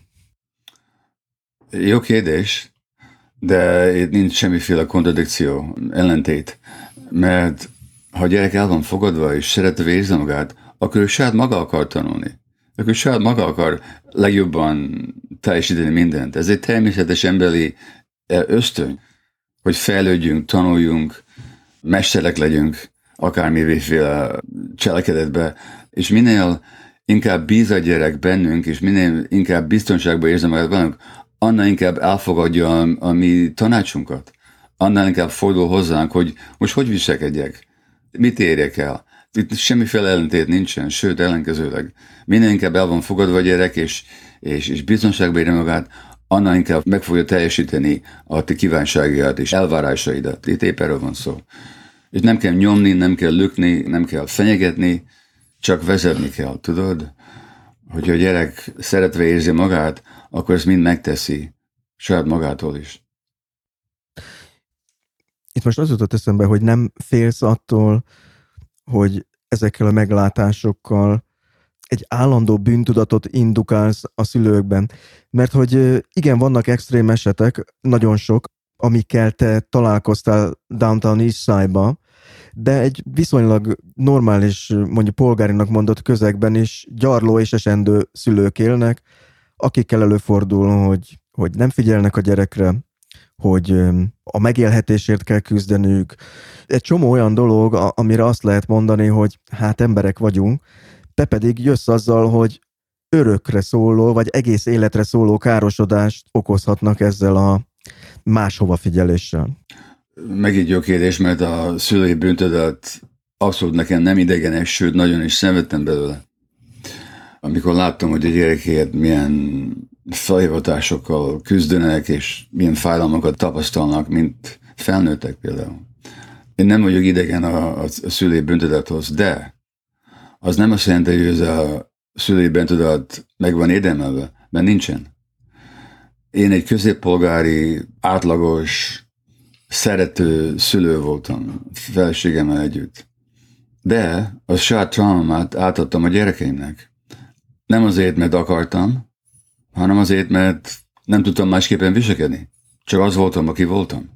Jó kérdés, de itt nincs semmiféle kontradikció, ellentét. Mert ha a gyerek el van fogadva és szeretve érzi magát, akkor ő saját maga akar tanulni. Akkor saját maga akar legjobban teljesíteni mindent. Ez egy természetes emberi ösztön, hogy fejlődjünk, tanuljunk, mesterek legyünk, akármiféle cselekedetbe, és minél inkább bíz a gyerek bennünk, és minél inkább biztonságban érzem magát velünk, annál inkább elfogadja a mi tanácsunkat. Annál inkább fordul hozzánk, hogy most hogy viselkedjek, mit érjek el. Itt semmiféle ellentét nincsen, sőt ellenkezőleg. Minél inkább el van fogadva a gyerek, és biztonságban érje magát, annál inkább meg fogja teljesíteni a ti kívánságaidat és elvárásaidat. Itt épp erről van szó. És nem kell nyomni, nem kell lökni, nem kell fenyegetni, csak vezetni kell, tudod? Hogyha a gyerek szeretve érzi magát, akkor ezt mind megteszi, saját magától is. Itt most az jutott eszembe, hogy nem félsz attól, hogy ezekkel a meglátásokkal egy állandó bűntudatot indukálsz a szülőkben. Mert hogy igen, vannak extrém esetek, nagyon sok, amikkel te találkoztál Downtown Eastside-ba, de egy viszonylag normális, mondjuk polgárinak mondott közegben is gyarló és esendő szülők élnek, akikkel előfordul, hogy nem figyelnek a gyerekre, hogy a megélhetésért kell küzdeniük. Egy csomó olyan dolog, amire azt lehet mondani, hogy hát emberek vagyunk, te pedig jössz azzal, hogy örökre szóló, vagy egész életre szóló károsodást okozhatnak ezzel a máshova figyeléssel. Megint jó kérdés, mert a szülői bűntudat abszolút nekem nem idegenes, sőt, nagyon is szenvedtem belőle. Amikor láttam, hogy a gyerekért milyen felhivatásokkal küzdenek, és milyen fájdalmakat tapasztalnak, mint felnőttek például. Én nem vagyok idegen a szülői bűntudathoz, de az nem azt jelenti, hogy ez a szülői bűntudat meg van érdemelve, mert nincsen. Én egy középpolgári, átlagos, szerető szülő voltam feleségemmel együtt. De a saját traumát átadtam a gyerekeimnek. Nem azért, mert akartam, hanem azért, mert nem tudtam másképpen viselkedni. Csak az voltam, aki voltam.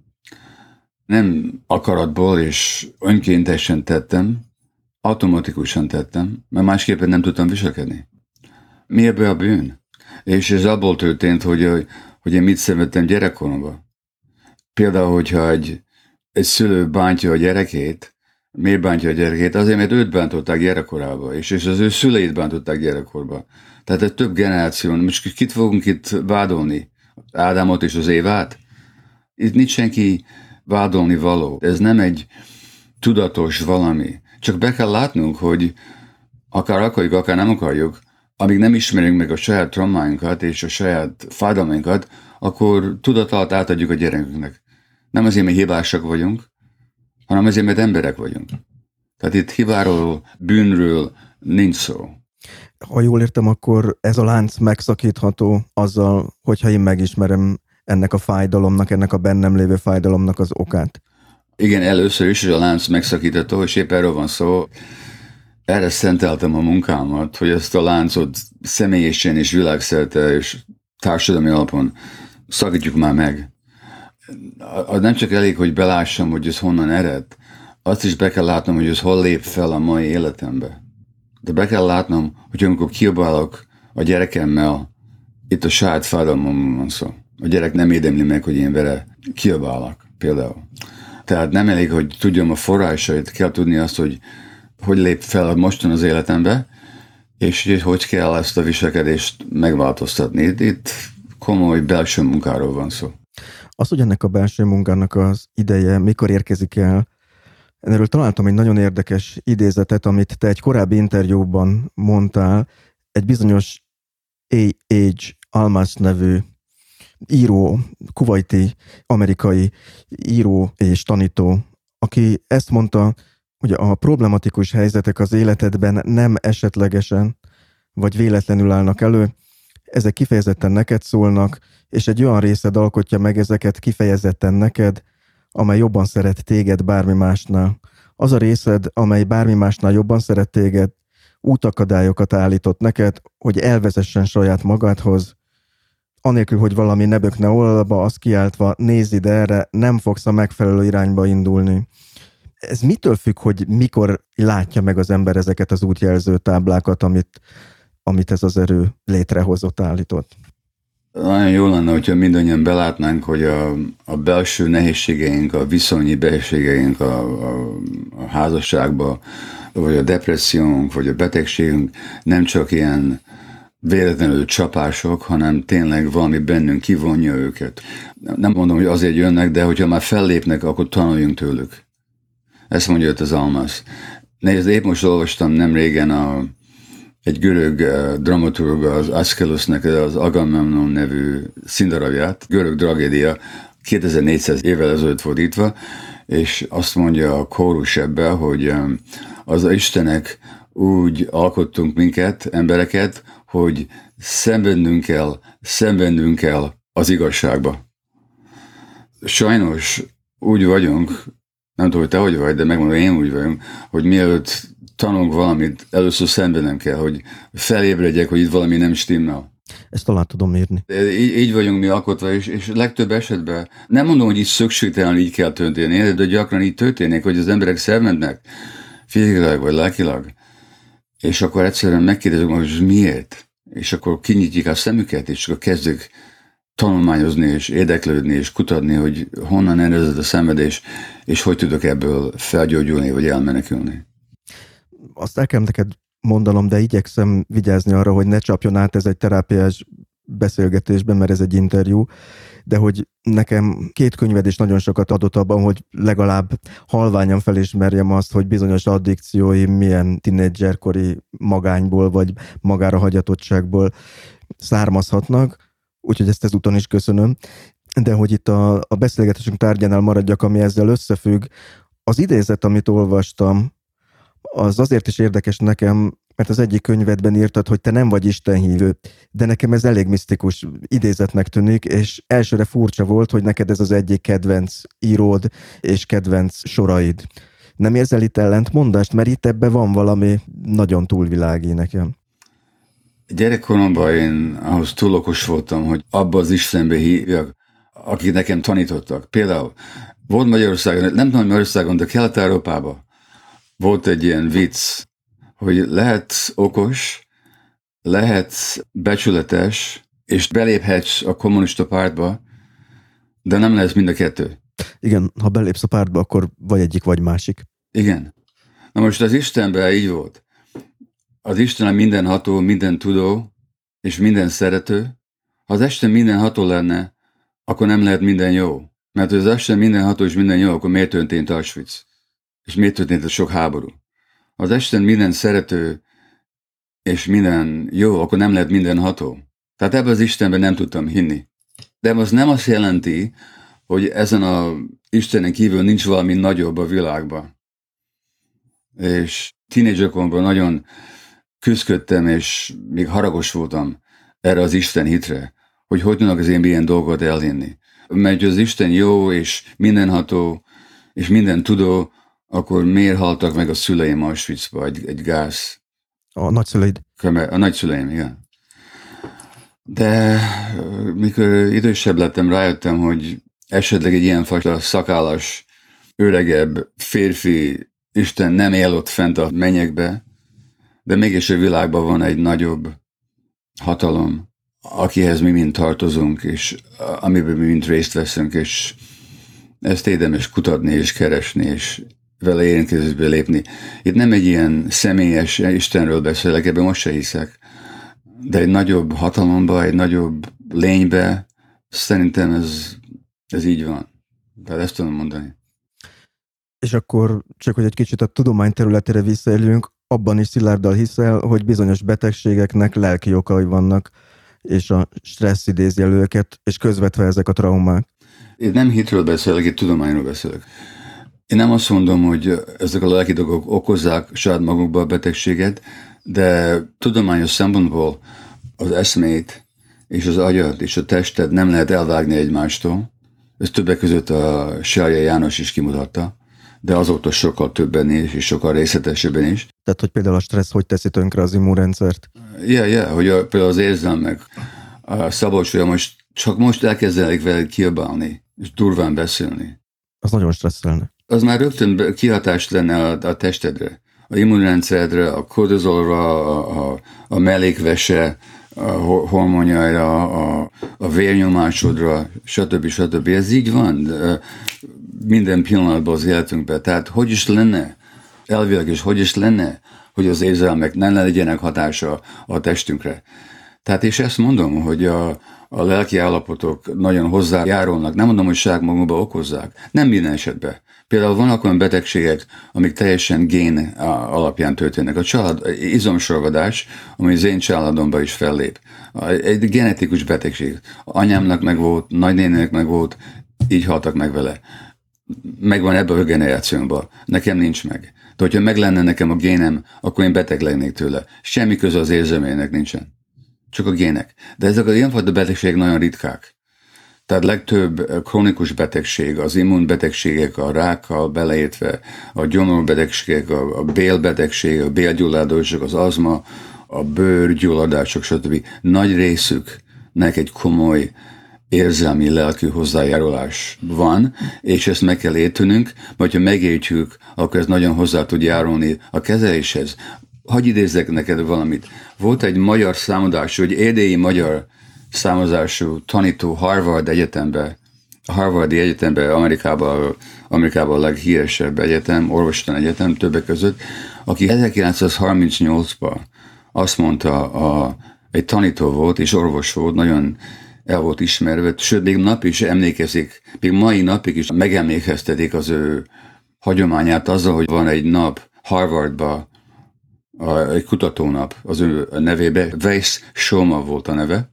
Nem akaratból és önkéntesen tettem, automatikusan tettem, mert másképpen nem tudtam viselkedni. Mi ebbe a bűn? És ez abból történt, hogy én mit szenvedtem gyerekkoromban. Például, hogyha egy szülő bántja a gyerekét, miért bántja a gyerekét? Azért, mert őt bántották gyerekkorában, és az ő szüleit bántották gyerekkorban. Tehát egy több generáció, most kit fogunk itt vádolni? Ádámot és az Évát? Itt nincs senki vádolni való. Ez nem egy tudatos valami. Csak be kell látnunk, hogy akár akarjuk, akár nem akarjuk, amíg nem ismerünk meg a saját traumáinkat és a saját fájdalmainkat, akkor tudat alatt átadjuk a gyerekünknek. Nem azért, mert hibásak vagyunk, hanem azért, mert emberek vagyunk. Tehát itt hibáról, bűnről nincs szó. Ha jól értem, akkor ez a lánc megszakítható azzal, hogyha én megismerem ennek a fájdalomnak, ennek a bennem lévő fájdalomnak az okát. Igen, először is a lánc megszakítható, és épp erről van szó. Erre szenteltem a munkámat, hogy ezt a láncot személyesen és világszerte és társadalmi alapon szakítjuk már meg. Az nem csak elég, hogy belássam, hogy ez honnan ered, azt is be kell látnom, hogy ez hol lép fel a mai életembe. De be kell látnom, hogy amikor kiabálok a gyerekemmel, itt a saját fájdalmamon van szó. A gyerek nem érdemli meg, hogy én vele kiabálok, például. Tehát nem elég, hogy tudjam a forrásait, kell tudni azt, hogy lép fel mostan az életembe, és hogy kell ezt a viselkedést megváltoztatni. Itt komoly belső munkáról van szó. Az, hogy ennek a belső munkának az ideje mikor érkezik el, erről találtam egy nagyon érdekes idézetet, amit te egy korábbi interjúban mondtál, egy bizonyos A.H. Almas nevű író, kuvaiti, amerikai író és tanító, aki ezt mondta, hogy a problematikus helyzetek az életedben nem esetlegesen vagy véletlenül állnak elő, ezek kifejezetten neked szólnak, és egy olyan részed alkotja meg ezeket kifejezetten neked, amely jobban szeret téged bármi másnál. Az a részed, amely bármi másnál jobban szeret téged, útakadályokat állított neked, hogy elvezessen saját magadhoz, anélkül, hogy valami ne bökne oldalba, azt kiáltva, nézz ide erre, nem fogsz a megfelelő irányba indulni. Ez mitől függ, hogy mikor látja meg az ember ezeket az útjelző táblákat, amit ez az erő létrehozott, állított? Nagyon jó lenne, hogyha mindannyian belátnánk, hogy a belső nehézségeink, a viszonyi betegségeink a házasságban, vagy a depressziónk, vagy a betegségünk nem csak ilyen véletlenül csapások, hanem tényleg valami bennünk kivonja őket. Nem mondom, hogy azért jönnek, de hogyha már fellépnek, akkor tanuljunk tőlük. Ezt mondja ott az Almas. Nézd, épp most olvastam nem régen egy görög dramaturg, az Aeschylusnak az Agamemnon nevű színdarabját, görög tragédia, 2400 évvel ezelőtt fordítva, és azt mondja a kórus ebben, hogy az Istenek úgy alkottunk minket, embereket, hogy szenvednünk kell az igazságba. Sajnos úgy vagyunk, nem tudom, hogy te hogy vagy, de megmondom, én úgy vagyok, hogy mielőtt tanulunk valamit, először szenvednem kell, hogy felébredjek, hogy itt valami nem stimmel. Ezt alá tudom írni. Így vagyunk mi alkotva, és legtöbb esetben nem mondom, hogy így szükségtelenül így kell történni, de gyakran így történik, hogy az emberek szenvednek, fizikailag vagy lelkileg, és akkor egyszerűen megkérdezik, hogy miért, és akkor kinyitjuk a szemüket, és akkor kezdjük tanulmányozni, és érdeklődni, és kutatni, hogy honnan eredett a szenvedés, és hogy tudok ebből felgyógyulni, vagy elmenekülni. Azt el kell neked mondanom, de igyekszem vigyázni arra, hogy ne csapjon át ez egy terápiás beszélgetésben, mert ez egy interjú, de hogy nekem 2 könyved is nagyon sokat adott abban, hogy legalább halványan felismerjem azt, hogy bizonyos addikcióim milyen tínédzserkori magányból, vagy magára hagyatottságból származhatnak, úgyhogy ezt ezúton is köszönöm. De hogy itt a beszélgetésünk tárgyánál maradjak, ami ezzel összefügg, az idézet, amit olvastam, az azért is érdekes nekem, mert az egyik könyvedben írtad, hogy te nem vagy istenhívő, de nekem ez elég misztikus idézetnek tűnik, és elsőre furcsa volt, hogy neked ez az egyik kedvenc íród és kedvenc soraid. Nem érzel itt ellentmondást, mert itt ebben van valami nagyon túlvilági nekem. Gyerekkoromban én ahhoz túl okos voltam, hogy abba az Istenbe hívjak, akik nekem tanítottak. Például volt Magyarországon, nem tudom Magyarországon, de Kelet-Európában volt egy ilyen vicc, hogy lehetsz okos, lehetsz becsületes, és beléphetsz a kommunista pártba, de nem lesz mind a kettő. Igen, ha belépsz a pártba, akkor vagy egyik, vagy másik. Igen. Na most az Istenben így volt. Az Isten a mindenható, minden tudó, és minden szerető. Ha az Isten mindenható lenne, akkor nem lehet minden jó. Mert ha az Isten mindenható és minden jó, akkor miért történt Auschwitz? És miért történt a sok háború? Ha az Isten minden szerető, és minden jó, akkor nem lehet mindenható. Tehát ebben az Istenben nem tudtam hinni. De az nem azt jelenti, hogy ezen a Istenen kívül nincs valami nagyobb a világban. És tínédzserkoromban nagyon küzdködtem, és még haragos voltam erre az Isten hitre, hogy tudnak az én ilyen dolgot elhinni. Mert az Isten jó, és mindenható, és minden tudó, akkor miért haltak meg a szüleim Auschwitzba egy gáz? A nagyszüleid? A nagyszüleim, igen. De mikor idősebb lettem, rájöttem, hogy esetleg egy ilyenfajta szakállas, öregebb férfi Isten nem él ott fent a mennyekbe, de mégis a világban van egy nagyobb hatalom, akihez mi mind tartozunk, és amiben mi mind részt veszünk, és ezt érdemes kutatni és keresni, és vele érintkezésbe lépni. Itt nem egy ilyen személyes Istenről beszélek, ebben most se hiszek, de egy nagyobb hatalomba, egy nagyobb lénybe, szerintem ez így van. Tehát ezt tudom mondani. És akkor csak, hogy egy kicsit a tudomány területére visszaérjünk, abban is szilárddal hiszel, hogy bizonyos betegségeknek lelki okai vannak, és a stressz idézi elő őket, és közvetve ezek a traumák. Én nem hitről beszélek, itt tudományról beszélek. Én nem azt mondom, hogy ezek a lelki dolgok okozzák saját magukba a betegséget, de tudományos szempontból az eszmét és az agyat és a testet nem lehet elvágni egymástól. Ez többek között a Sárja János is kimutatta, de azóta sokkal többen is, és sokkal részletesebben is. Tehát, hogy például a stressz hogy teszi tönkre az immunrendszert? Hogy például az érzelmek, a Szabolcs, hogy csak most elkezdenek vele kiabálni, és durván beszélni. Az nagyon stresszelne. Az már rögtön kihatás lenne a testedre, a immunrendszeredre, a kortizolra, a mellékvese, a hormonjaira, a vérnyomásodra, stb. Ez így van minden pillanatban az életünkben. Tehát hogy is lenne, elvileg is, hogy is lenne, hogy az érzelmek nem legyenek hatása a testünkre. Tehát és ezt mondom, hogy a lelki állapotok nagyon hozzájárulnak. Nem mondom, hogy saját magukba okozzák. Nem minden esetben. Például vannak olyan betegségek, amik teljesen gén alapján történnek. A izomsorvadás, ami az én családomban is fellép. Egy genetikus betegség. Anyámnak meg volt, nagynénének meg volt, így haltak meg vele. Megvan ebben a generációmban. Nekem nincs meg. De hogyha meg lenne nekem a génem, akkor én beteg lennék tőle. Semmi köze az érzelmének nincsen. Csak a gének. De ezek az ilyenfajta betegségek nagyon ritkák. Tehát legtöbb krónikus betegség, az immunbetegségek, a rákkal beleértve, a gyomorbetegségek, a bélbetegség, a bélgyulladások, az azma, a bőrgyulladások, stb. Nagy részüknek egy komoly érzelmi, lelki hozzájárulás van, és ezt meg kell értenünk, mert ha megértjük, akkor ez nagyon hozzá tud járulni a kezeléshez. Hadd idézzek neked valamit. Volt egy magyar számozású, egy erdélyi magyar számozású tanító Harvard Egyetemben, a Harvardi Egyetemben, Amerikában a leghíresebb egyetem, orvostan egyetem többek között, aki 1938-ban azt mondta, egy tanító volt és orvos volt, nagyon el volt ismerve, sőt, még nap is emlékezik, még mai napig is megemlékeztetik az ő hagyományát azzal, hogy van egy nap Harvardban, egy kutatónap az ő nevébe, Weiss Schoma volt a neve,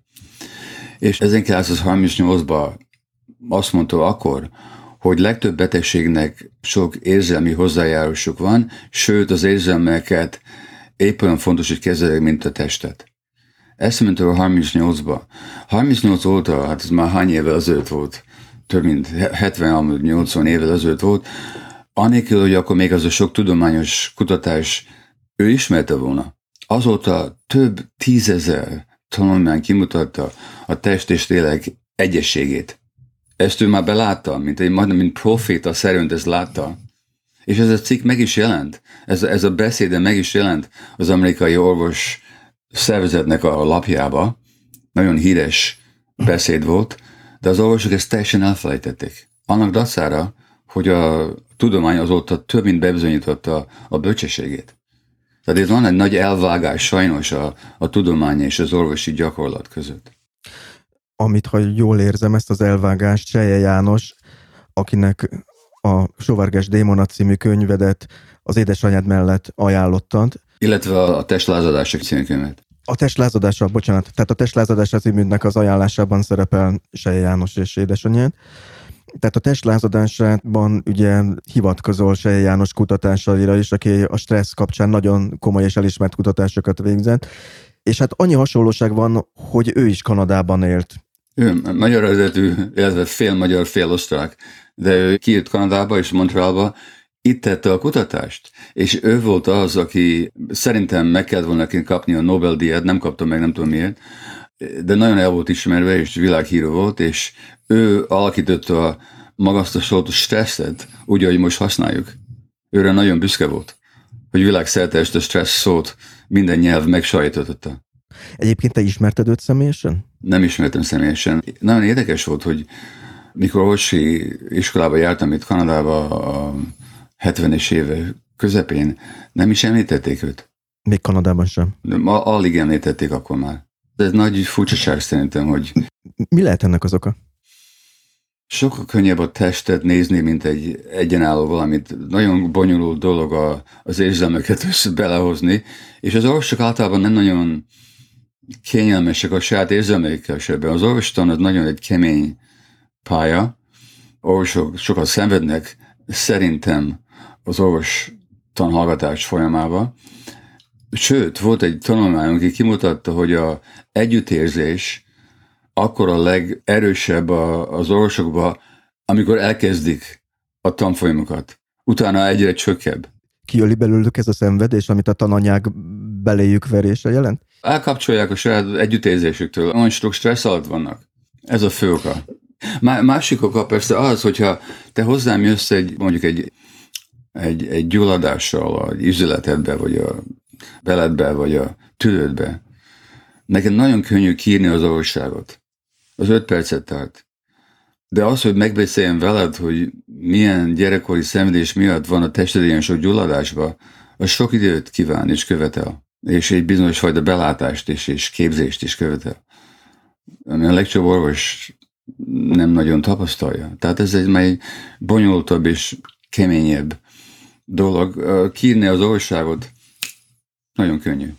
és 1938-ban azt mondta akkor, hogy legtöbb betegségnek sok érzelmi hozzájárulásuk van, sőt az érzelmeket épp olyan fontos, hogy kezeljük, mint a testet. Ezt mondta a 38-ba. 38 óta, hát ez már hány évvel ezelőtt volt, több mint 70-80 évvel ezelőtt volt, anélkül, hogy akkor még az a sok tudományos kutatás ő ismerte volna. Azóta több 10 000 tanulmány kimutatta a test és lélek egyességét. Ezt ő már belátta, mint proféta szerint ezt látta. És ez a cikk meg is jelent, ez a beszéde meg is jelent az amerikai orvos szervezetnek a lapjába. Nagyon híres beszéd volt, de az orvosok ezt teljesen elfelejtették. Annak dacára, hogy a tudomány azóta több mint bebizonyította a bölcsességét. Tehát itt van egy nagy elvágás sajnos a tudomány és az orvosi gyakorlat között. Amit, ha jól érzem, ezt az elvágást Selye János, akinek a Sovárgás Démona című könyvedet az édesanyád mellett ajánlottad. Illetve a Testlázadások című könyvet. A Testlázadása, bocsánat, tehát a Testlázadása címűnek az ajánlásában szerepel Selye János és édesanyád. Tehát a Testlázadásában ugye hivatkozol Selye János kutatásaira is, aki a stressz kapcsán nagyon komoly és elismert kutatásokat végzett, és hát annyi hasonlóság van, hogy ő is Kanadában élt. Ő magyar eredetű, illetve fél magyar, fél osztrák, de ő kijött Kanadába és Montrealba, itt tette a kutatást, és ő volt az, aki szerintem meg kellett volna kapni a Nobel-díjat, nem kapta meg, nem tudom miért, de nagyon el volt ismerve, és világhírű volt, és ő alakította a magasztosabb stresszet, úgy, ahogy most használjuk. Őre nagyon büszke volt, hogy világszerte ezt a stressz szót minden nyelv megsajtotta. Egyébként te ismerted őt személyesen? Nem ismertem személyesen. Nagyon érdekes volt, hogy mikor orvosi iskolába jártam itt Kanadába a 70-es éve közepén, nem is említették őt. Még Kanadában sem? Alig említették akkor már. Ez nagy furcsaság szerintem, hogy... Mi lehet ennek az oka? Sokkal könnyebb a testet nézni, mint egy egyenálló valamit. Nagyon bonyolult dolog az érzelmeket belehozni, és az orvosok általában nem nagyon kényelmesek a saját érzelmeikkel sebben. Az orvostan az nagyon egy kemény pálya. Orvosok sokat szenvednek, szerintem az orvostan hallgatás folyamában. Sőt, volt egy tanulmány, aki kimutatta, hogy az együttérzés akkor a legerősebb az orvosokban, amikor elkezdik a tanfolyamokat. Utána egyre csökkebb. Kijöli belőlük ez a szenvedés, amit a tananyák beléjük verése jelent? Elkapcsolják a saját együttérzésüktől. Olyan sok stressz alatt vannak. Ez a fő oka. Másik oka persze az, hogyha te hozzám jössz mondjuk egy gyulladással egy üzletedbe, vagy a beledbe, vagy a tüdődbe, neked nagyon könnyű kiírni az orvosságot. Az 5 percet tart. De az, hogy megbeszéljen veled, hogy milyen gyerekkori szenvedés miatt van a tested ilyen sok gyulladásba, az sok időt kíván és követel. És egy bizonyos fajta belátást és képzést is követel. Ami a legtöbb orvos nem nagyon tapasztalja. Tehát ez egy bonyolultabb és keményebb dolog. Kiírni az orvosságot nagyon könnyű.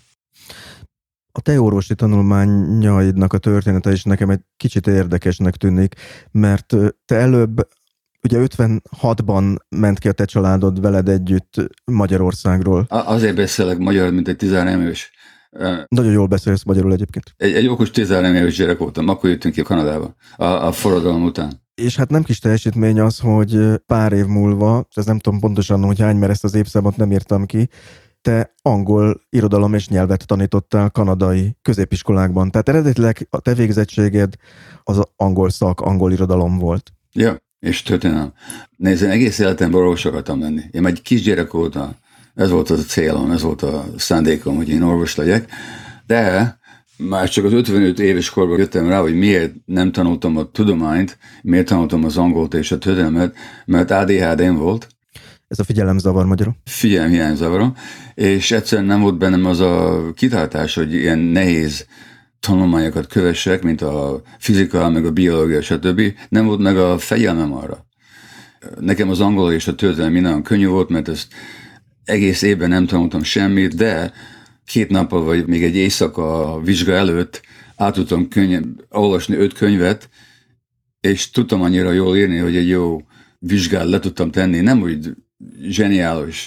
A te orvosi tanulmányaidnak a története is nekem egy kicsit érdekesnek tűnik, mert te előbb, ugye 56-ban ment ki a te családod veled együtt Magyarországról. Azért beszélek magyar, mint egy 13 éves. Nagyon jól beszélsz magyarul egyébként. Egy okos 13 éves gyerek voltam, akkor jöttünk ki Kanadába, a forradalom után. És hát nem kis teljesítmény az, hogy pár év múlva, ez nem tudom pontosan, hogy hány, mert ezt az évszámot nem írtam ki, te angol irodalom és nyelvet tanítottál kanadai középiskolákban. Tehát eredetileg a te végzettséged az angol szak, angol irodalom volt. Ja, és történelem. Nézd, én egész életemben orvos akartam lenni. Én egy kisgyerek voltam, ez volt az a célom, ez volt a szándékom, hogy én orvos legyek, de már csak az 55 éves korban jöttem rá, hogy miért nem tanultam a tudományt, miért tanultam az angolt és a történelmet, mert ADHD-m volt. Ez a figyelemzavar magyarul. Figyelemhiányzavarom, és egyszerűen nem volt bennem az a kitartás, hogy ilyen nehéz tanulmányokat kövessek, mint a fizika, meg a biológia, stb. Nem volt meg a fegyelmem arra. Nekem az angol és a történelem minden könnyű volt, mert ezt egész évben nem tanultam semmit, de 2 nappal vagy még egy éjszaka a vizsga előtt át tudtam olvasni 5 könyvet, és tudtam annyira jól írni, hogy egy jó vizsgát le tudtam tenni. Nem úgy zseniális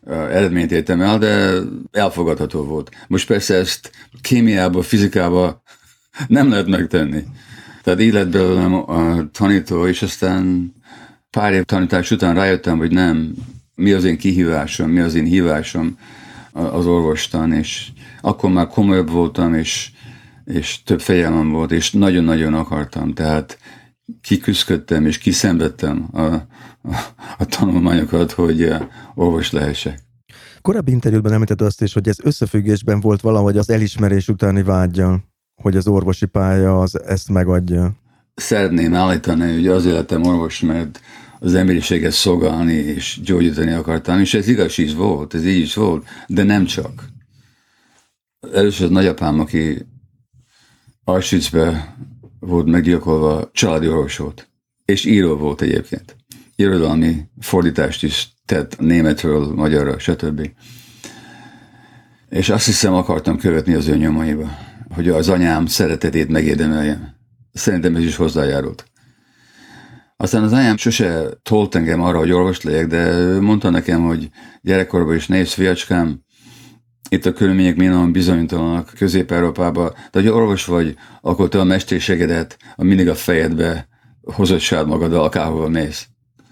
eredményt értem el, de elfogadható volt. Most persze ezt kémiában, fizikában nem lehet megtenni. Tehát így lett belőlem a tanító, és aztán pár év tanítás után rájöttem, hogy nem, mi az én kihívásom, mi az én hívásom az orvostan, és akkor már komolyabb voltam, és több fegyelmem volt, és nagyon-nagyon akartam, tehát kiküszködtem és kiszenvedtem a tanulmányokat, hogy orvos lehessek. Korábbi interjúban említett azt is, hogy ez összefüggésben volt valahogy az elismerés utáni vággyal, hogy az orvosi pálya ezt megadja. Szeretném állítani, hogy azért lettem orvos, mert az emberiséget szolgálni és gyógyítani akartam, és ez igaz is volt, ez így is volt, de nem csak. Először az nagyapám, aki Auschwitzbe volt meggyilkolva, családi orvos volt, és író volt egyébként. Irodalmi fordítást is tett németről, magyarra, stb. És azt hiszem, akartam követni az ő nyomaiba, hogy az anyám szeretetét megérdemeljem. Szerintem ez is hozzájárult. Aztán az anyám sose tolt engem arra, hogy orvos legyek, de ő mondta nekem, hogy gyerekkorban is nézd, fiacskám, itt a körülmények mindenhol bizonytalanak Közép-Európában, de hogy orvos vagy, akkor te a mesterségedet mindig a fejedbe hozod sád magaddal, akárhova mész.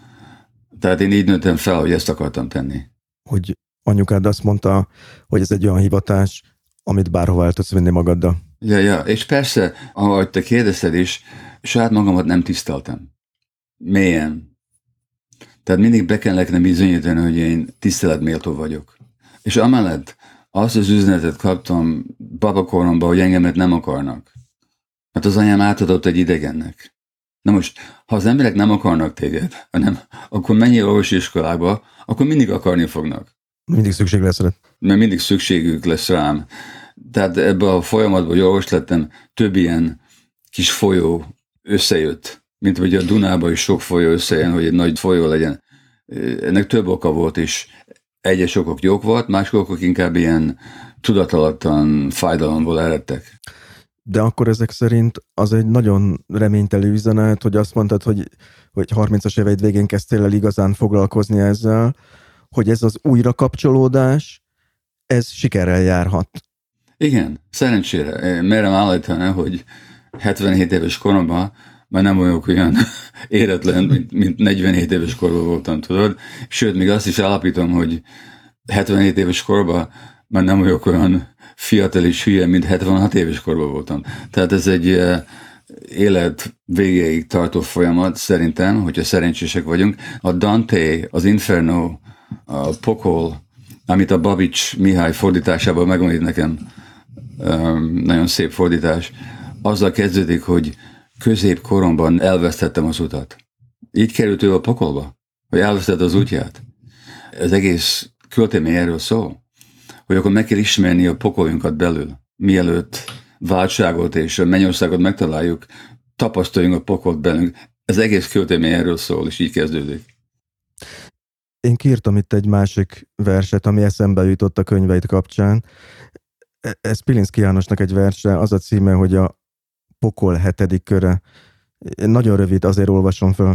Tehát én így nőttem fel, hogy ezt akartam tenni. Hogy anyukád azt mondta, hogy ez egy olyan hivatás, amit bárhova el tudsz vinni magaddal. Ja, és persze, ahogy te kérdezted is, saját magamat nem tiszteltem. Mélyen. Tehát mindig be kell nekem bizonyítani, hogy én tiszteletméltó vagyok. És amellett azt az üzenetet kaptam babakoromban, hogy engemet nem akarnak. Hát az anyám átadott egy idegennek. Na most, ha az emberek nem akarnak téged, hanem akkor menjél orvosi iskolába, akkor mindig akarni fognak. Mindig szükség lesz rá. Mert mindig szükségük lesz rám. Tehát ebben a folyamatban, hogy orvos lettem, több ilyen kis folyó összejött, mint hogy a Dunában is sok folyó összejön, hogy egy nagy folyó legyen. Ennek több oka volt, és egyes okok jók volt, mások okok inkább ilyen tudatalattan fájdalomból eredtek. De akkor ezek szerint az egy nagyon reményteli üzenet, hogy azt mondtad, hogy 30-as éveid végén kezdtél el igazán foglalkozni ezzel, hogy ez az újrakapcsolódás, ez sikerrel járhat. Igen, szerencsére. Merem állítani, hogy 77 éves koromban már nem vagyok olyan éretlen, mint 47 éves korban voltam, tudod? Sőt, még azt is állapítom, hogy 77 éves korban már nem vagyok olyan fiatal és hülye, mint 76 éves korban voltam. Tehát ez egy élet végéig tartó folyamat, szerintem, hogyha szerencsések vagyunk. A Dante, az Inferno, a Pokol, amit a Babics Mihály fordításában megmondít nekem, nagyon szép fordítás, azzal kezdődik, hogy középkoromban elvesztettem az utat. Így került ő a pokolba, hogy elvesztett az útját. Az egész költemény erről szól, hogy akkor meg kell ismerni a pokoljunkat belül, mielőtt váltságot és a mennyországot megtaláljuk, tapasztaljunk a pokolt bennünk. Ez egész költemény erről szól, és így kezdődik. Én kiírtam itt egy másik verset, ami eszembe jutott a könyveit kapcsán. Ez Pilinszky Jánosnak egy verse, az a címe, hogy a pokol 7. köre. Nagyon rövid, azért olvasom föl.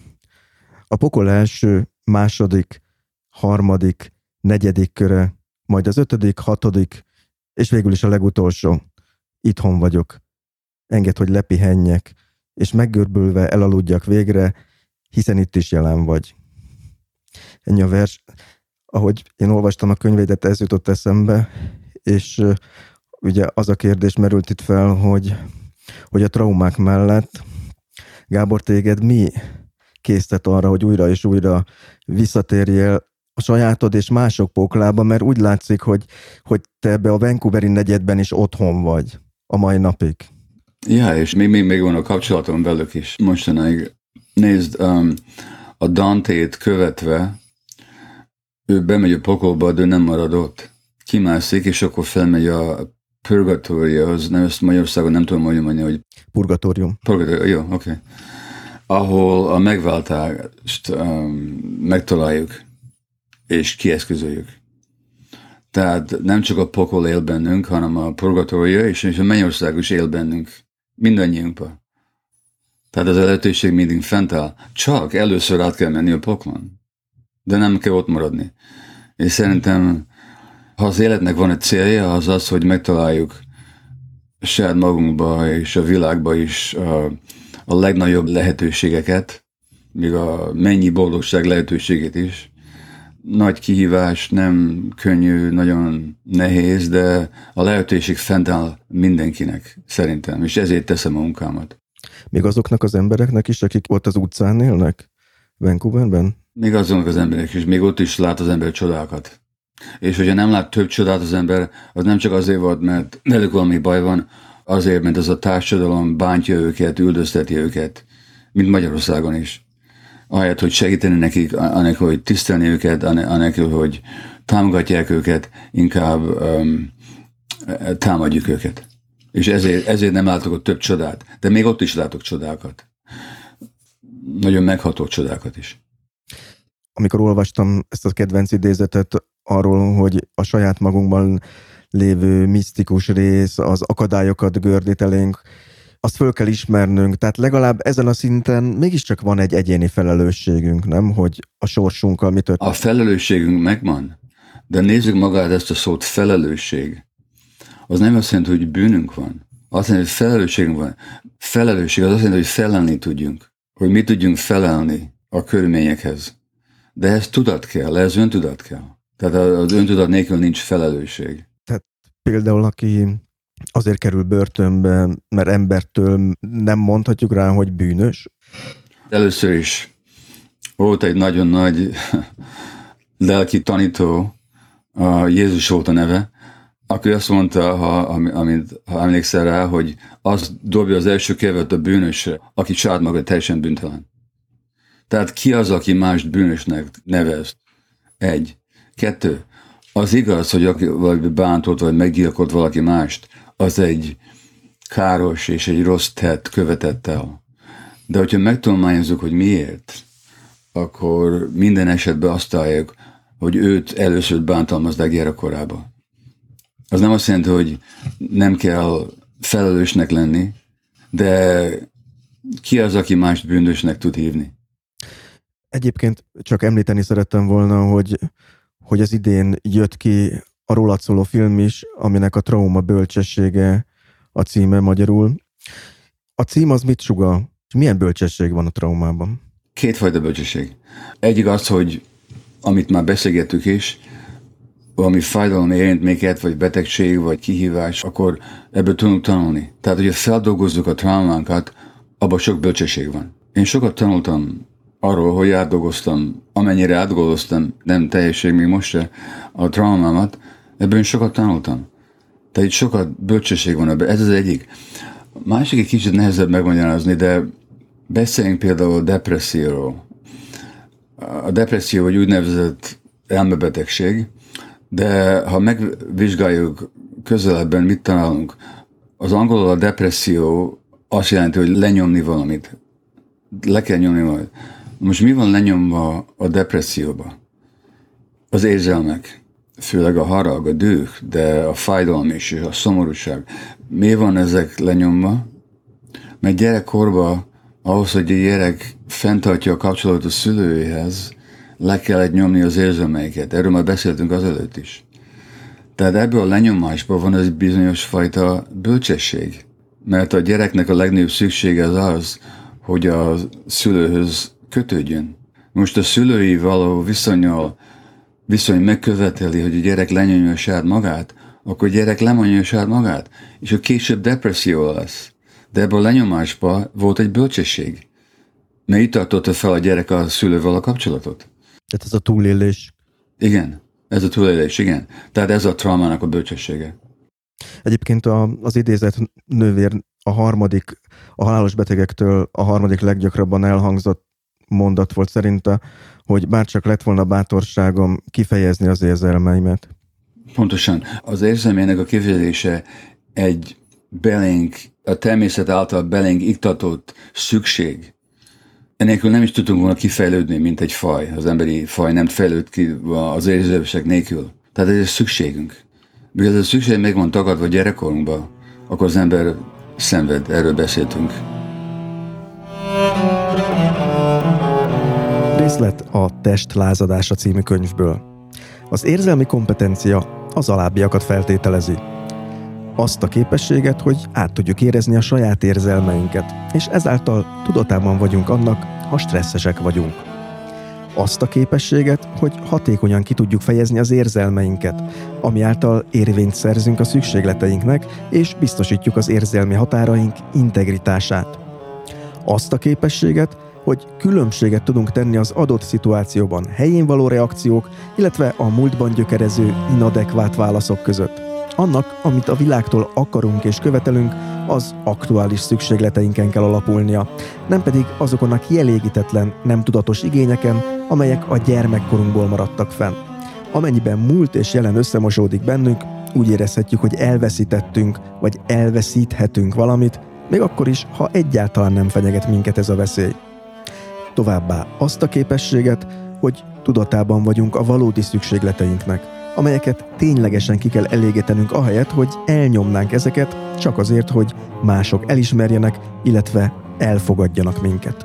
A pokol első, második, harmadik, 4. köre, majd az 5., 6. és végül is a legutolsó. Itthon vagyok. Engedd, hogy lepihenjek, és meggörbülve elaludjak végre, hiszen itt is jelen vagy. Ennyi a vers. Ahogy én olvastam a könyveidet, ez jutott eszembe, és ugye az a kérdés merült itt fel, hogy a traumák mellett, Gábor, téged mi késztet arra, hogy újra és újra visszatérjél a sajátod és mások poklába, mert úgy látszik, hogy te ebbe a Vancouveri negyedben is otthon vagy a mai napig. Ja, és még van a kapcsolatom velük is mostanáig. Nézd, a Dante-t követve ő bemegy a pokolba, de ő nem marad ott. Kimászik, és akkor felmegy a purgatóriahoz, nem, ezt Magyarországon nem tudom mondani, hogy... Purgatórium. Jó, oké. Ahol a megváltást megtaláljuk, és kieszközöljük. Tehát nem csak a pokol él bennünk, hanem a purgatória, és a mennyország is él bennünk. Mindannyiunkban. Tehát ez a lehetőség mindig fent áll. Csak először át kell menni a poklon. De nem kell ott maradni. És szerintem, ha az életnek van egy célja, az az, hogy megtaláljuk saját magunkba és a világba is a legnagyobb lehetőségeket, még a mennyi boldogság lehetőségét is. Nagy kihívás, nem könnyű, nagyon nehéz, de a lehetőség fent áll mindenkinek, szerintem, és ezért teszem a munkámat. Még azoknak az embereknek is, akik ott az utcán élnek Vancouverben? Még azoknak az emberek is, még ott is lát az ember csodákat. És hogyha nem lát több csodát az ember, az nem csak azért volt, mert velük valami baj van, azért, mert az a társadalom bántja őket, üldözteti őket, mint Magyarországon is. Ahelyett, hogy segíteni nekik, anélkül, hogy tisztelni őket, anélkül, hogy támogatják őket, inkább támadjuk őket. És ezért nem látok ott több csodát. De még ott is látok csodákat. Nagyon megható csodákat is. Amikor olvastam ezt a kedvenc idézetet arról, hogy a saját magunkban lévő misztikus rész, az akadályokat gördítelénk, azt föl kell ismernünk, tehát legalább ezen a szinten mégiscsak van egy egyéni felelősségünk, nem? Hogy a sorsunkkal mi történik. A felelősségünk megvan, de nézzük magát ezt a szót, felelősség. Az nem azt jelenti, hogy bűnünk van. Azt jelenti, hogy felelősségünk van. Felelősség az azt jelenti, hogy felelni tudjunk. Hogy mi tudjunk felelni a körülményekhez. De ehhez tudat kell, ehhez öntudat kell. Tehát az öntudat nélkül nincs felelősség. Tehát például, aki azért kerül börtönbe, mert embertől nem mondhatjuk rá, hogy bűnös? Először is volt egy nagyon nagy lelki tanító, Jézus volt a neve, aki azt mondta, ha emlékszel rá, hogy az dobja az első kevet a bűnösre, aki saját maga teljesen bűntelen. Tehát ki az, aki mást bűnösnek nevez? 1. 2. Az igaz, hogy aki valaki bántott, vagy meggyilkolt valaki mást, az egy káros és egy rossz tett követett el. De hogyha megtanulmányozzuk, hogy miért, akkor minden esetben azt találjuk, hogy őt először bántalmazták gyerekkorában. Az nem azt jelenti, hogy nem kell felelősnek lenni, de ki az, aki mást bűnösnek tud hívni? Egyébként csak említeni szerettem volna, hogy az idén jött ki a rólad szóló film is, aminek a Trauma bölcsessége a címe magyarul. A cím az mit sugall? Milyen bölcsesség van a traumában? Kétfajta bölcsesség. Egyik az, hogy amit már beszélgettük is, valami fájdalom érint minket, vagy betegség, vagy kihívás, akkor ebből tudunk tanulni. Tehát, hogyha feldolgozzuk a traumánkat, abban sok bölcsesség van. Én sokat tanultam arról, hogy átdolgoztam, amennyire átdolgoztam, nem teljesség még most se, a traumámat, ebből én sokat tanultam. Tehát itt sokat bölcsesség van ebben. Ez az egyik. A másik egy kicsit nehezebb megmagyarázni, de beszéljünk például a depresszióról. A depresszió egy úgynevezett elmebetegség, de ha megvizsgáljuk közelebben, mit találunk, az angolul a depresszió azt jelenti, hogy lenyomni valamit. Le kell nyomni valamit. Most mi van lenyomva a depresszióba? Az érzelmek, főleg a harag, a düh, de a fájdalom is, és a szomorúság. Mi van ezek lenyomva? Mert gyerekkorban ahhoz, hogy a gyerek fenntartja a kapcsolatot a szülőjéhez, le kellett nyomni az érzelmeiket. Erről már beszéltünk azelőtt is. Tehát ebből a lenyomásban van egy bizonyos fajta bölcsesség. Mert a gyereknek a legnagyobb szüksége az, hogy a szülőhöz kötődjön. Most a szülői való viszony megköveteli, hogy a gyerek lenyomja saját magát, akkor a gyerek lemondja saját magát, és a később depresszió lesz. De ebből a lenyomásban volt egy bölcsesség. Mert itt tartotta fel a gyerek a szülővel a kapcsolatot. Tehát ez a túlélés. Igen, ez a túlélés, igen. Tehát ez a traumának a bölcsessége. Egyébként az idézett nővér a halálos betegektől a harmadik leggyakrabban elhangzott mondat volt szerinte, hogy bárcsak lett volna bátorságom kifejezni az érzelmeimet. Pontosan. Az érzelmének a kifejezése egy belénk, a természet által belénk iktatott szükség. Enélkül nem is tudtunk volna kifejlődni, mint egy faj. Az emberi faj nem fejlőd ki az érzések nélkül. Tehát ez egy szükségünk. Mivel ez a szükség meg van tagadva gyerekkorunkban, akkor az ember szenved, erről beszéltünk. Részlet a Test lázadása című könyvből. Az érzelmi kompetencia az alábbiakat feltételezi. Azt a képességet, hogy át tudjuk érezni a saját érzelmeinket, és ezáltal tudatában vagyunk annak, ha stresszesek vagyunk. Azt a képességet, hogy hatékonyan ki tudjuk fejezni az érzelmeinket, ami által érvényt szerzünk a szükségleteinknek, és biztosítjuk az érzelmi határaink integritását. Azt a képességet, hogy különbséget tudunk tenni az adott szituációban helyén való reakciók, illetve a múltban gyökerező inadekvát válaszok között. Annak, amit a világtól akarunk és követelünk, az aktuális szükségleteinken kell alapulnia, nem pedig azokon a kielégítetlen, nem tudatos igényeken, amelyek a gyermekkorunkból maradtak fenn. Amennyiben múlt és jelen összemosódik bennünk, úgy érezhetjük, hogy elveszítettünk, vagy elveszíthetünk valamit, még akkor is, ha egyáltalán nem fenyeget minket ez a veszély. Továbbá azt a képességet, hogy tudatában vagyunk a valódi szükségleteinknek, amelyeket ténylegesen ki kell elégítenünk ahelyett, hogy elnyomnánk ezeket csak azért, hogy mások elismerjenek, illetve elfogadjanak minket.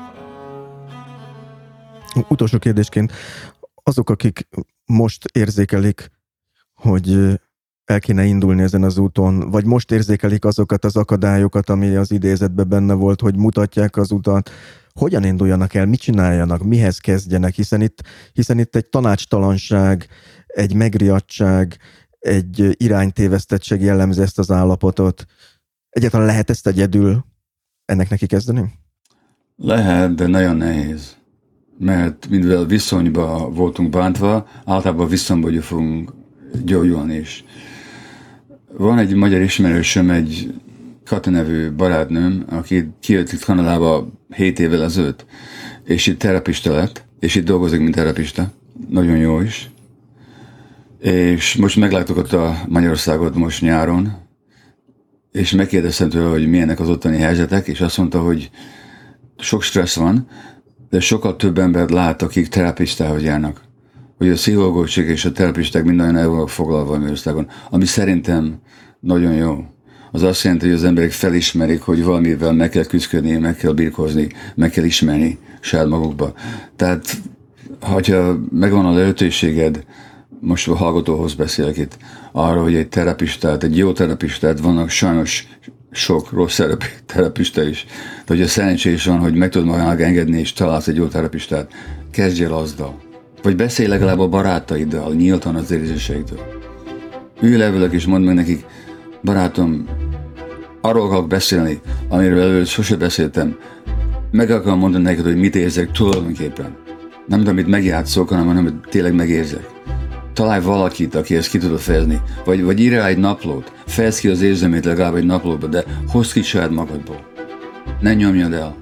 Utolsó kérdésként, azok, akik most érzékelik, hogy el kéne indulni ezen az úton, vagy most érzékelik azokat az akadályokat, ami az idézetben benne volt, hogy mutatják az utat, hogyan induljanak el, mit csináljanak, mihez kezdjenek, hiszen itt egy tanácstalanság, egy megriadtság, egy iránytévesztettség jellemzi ezt az állapotot. Egyáltalán lehet ezt egyedül ennek neki kezdeni? Lehet, de nagyon nehéz. Mert mivel viszonyba voltunk bántva, általában viszonyba fogunk gyógyulni is. Van egy magyar ismerősöm, egy Kata nevű barátnőm, aki kijött itt Kanadába 7 évvel ezelőtt, és itt terapista lett, és itt dolgozik, mint terapista. Nagyon jó is. És most meglátogatta Magyarországot most nyáron, és megkérdeztem tőle, hogy milyenek az ottani helyzetek, és azt mondta, hogy sok stressz van, de sokkal több embert lát, akik terapistához járnak. Hogy a pszichológusok és a terapisták mind nagyon el vannak foglalva Magyarországon, ami szerintem nagyon jó. Az azt jelenti, hogy az emberek felismerik, hogy valamivel meg kell küzdködni, meg kell birkózni, meg kell ismerni saját magukba. Tehát, ha megvan a lehetőséged, most a hallgatóhoz beszélek itt, arra, hogy egy terapistát, egy jó terapistát, vannak sajnos sok rossz terapista is. De hogy a szerencsés van, hogy meg tudod magának engedni, és találsz egy jó terapistát, kezdj el azzal. Vagy beszélj legalább a barátaiddal, nyíltan az érzéseiktől. Ülj le velük, és mondd meg nekik, barátom, arról akarok beszélni, amiről előtt sose beszéltem. Meg akarom mondani neked, hogy mit érzek tulajdonképpen. Nem tudom, mit megjátszok, hanem hogy tényleg megérzek. Találj valakit, aki ezt ki tudod fejezni. Vagy írj rá egy naplót. Fejezd ki az érzelmét legalább egy naplóba, de hozd ki saját magadból. Ne nyomjad el.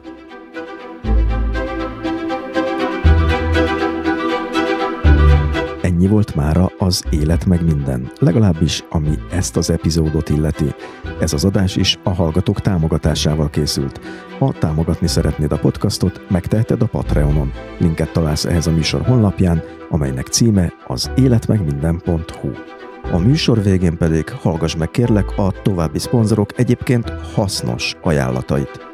Ennyi volt mára az Élet meg minden, legalábbis ami ezt az epizódot illeti. Ez az adás is a hallgatók támogatásával készült. Ha támogatni szeretnéd a podcastot, megteheted a Patreonon. Linket találsz ehhez a műsor honlapján, amelynek címe az életmegminden.hu. A műsor végén pedig hallgass meg kérlek a további szponzorok egyébként hasznos ajánlatait.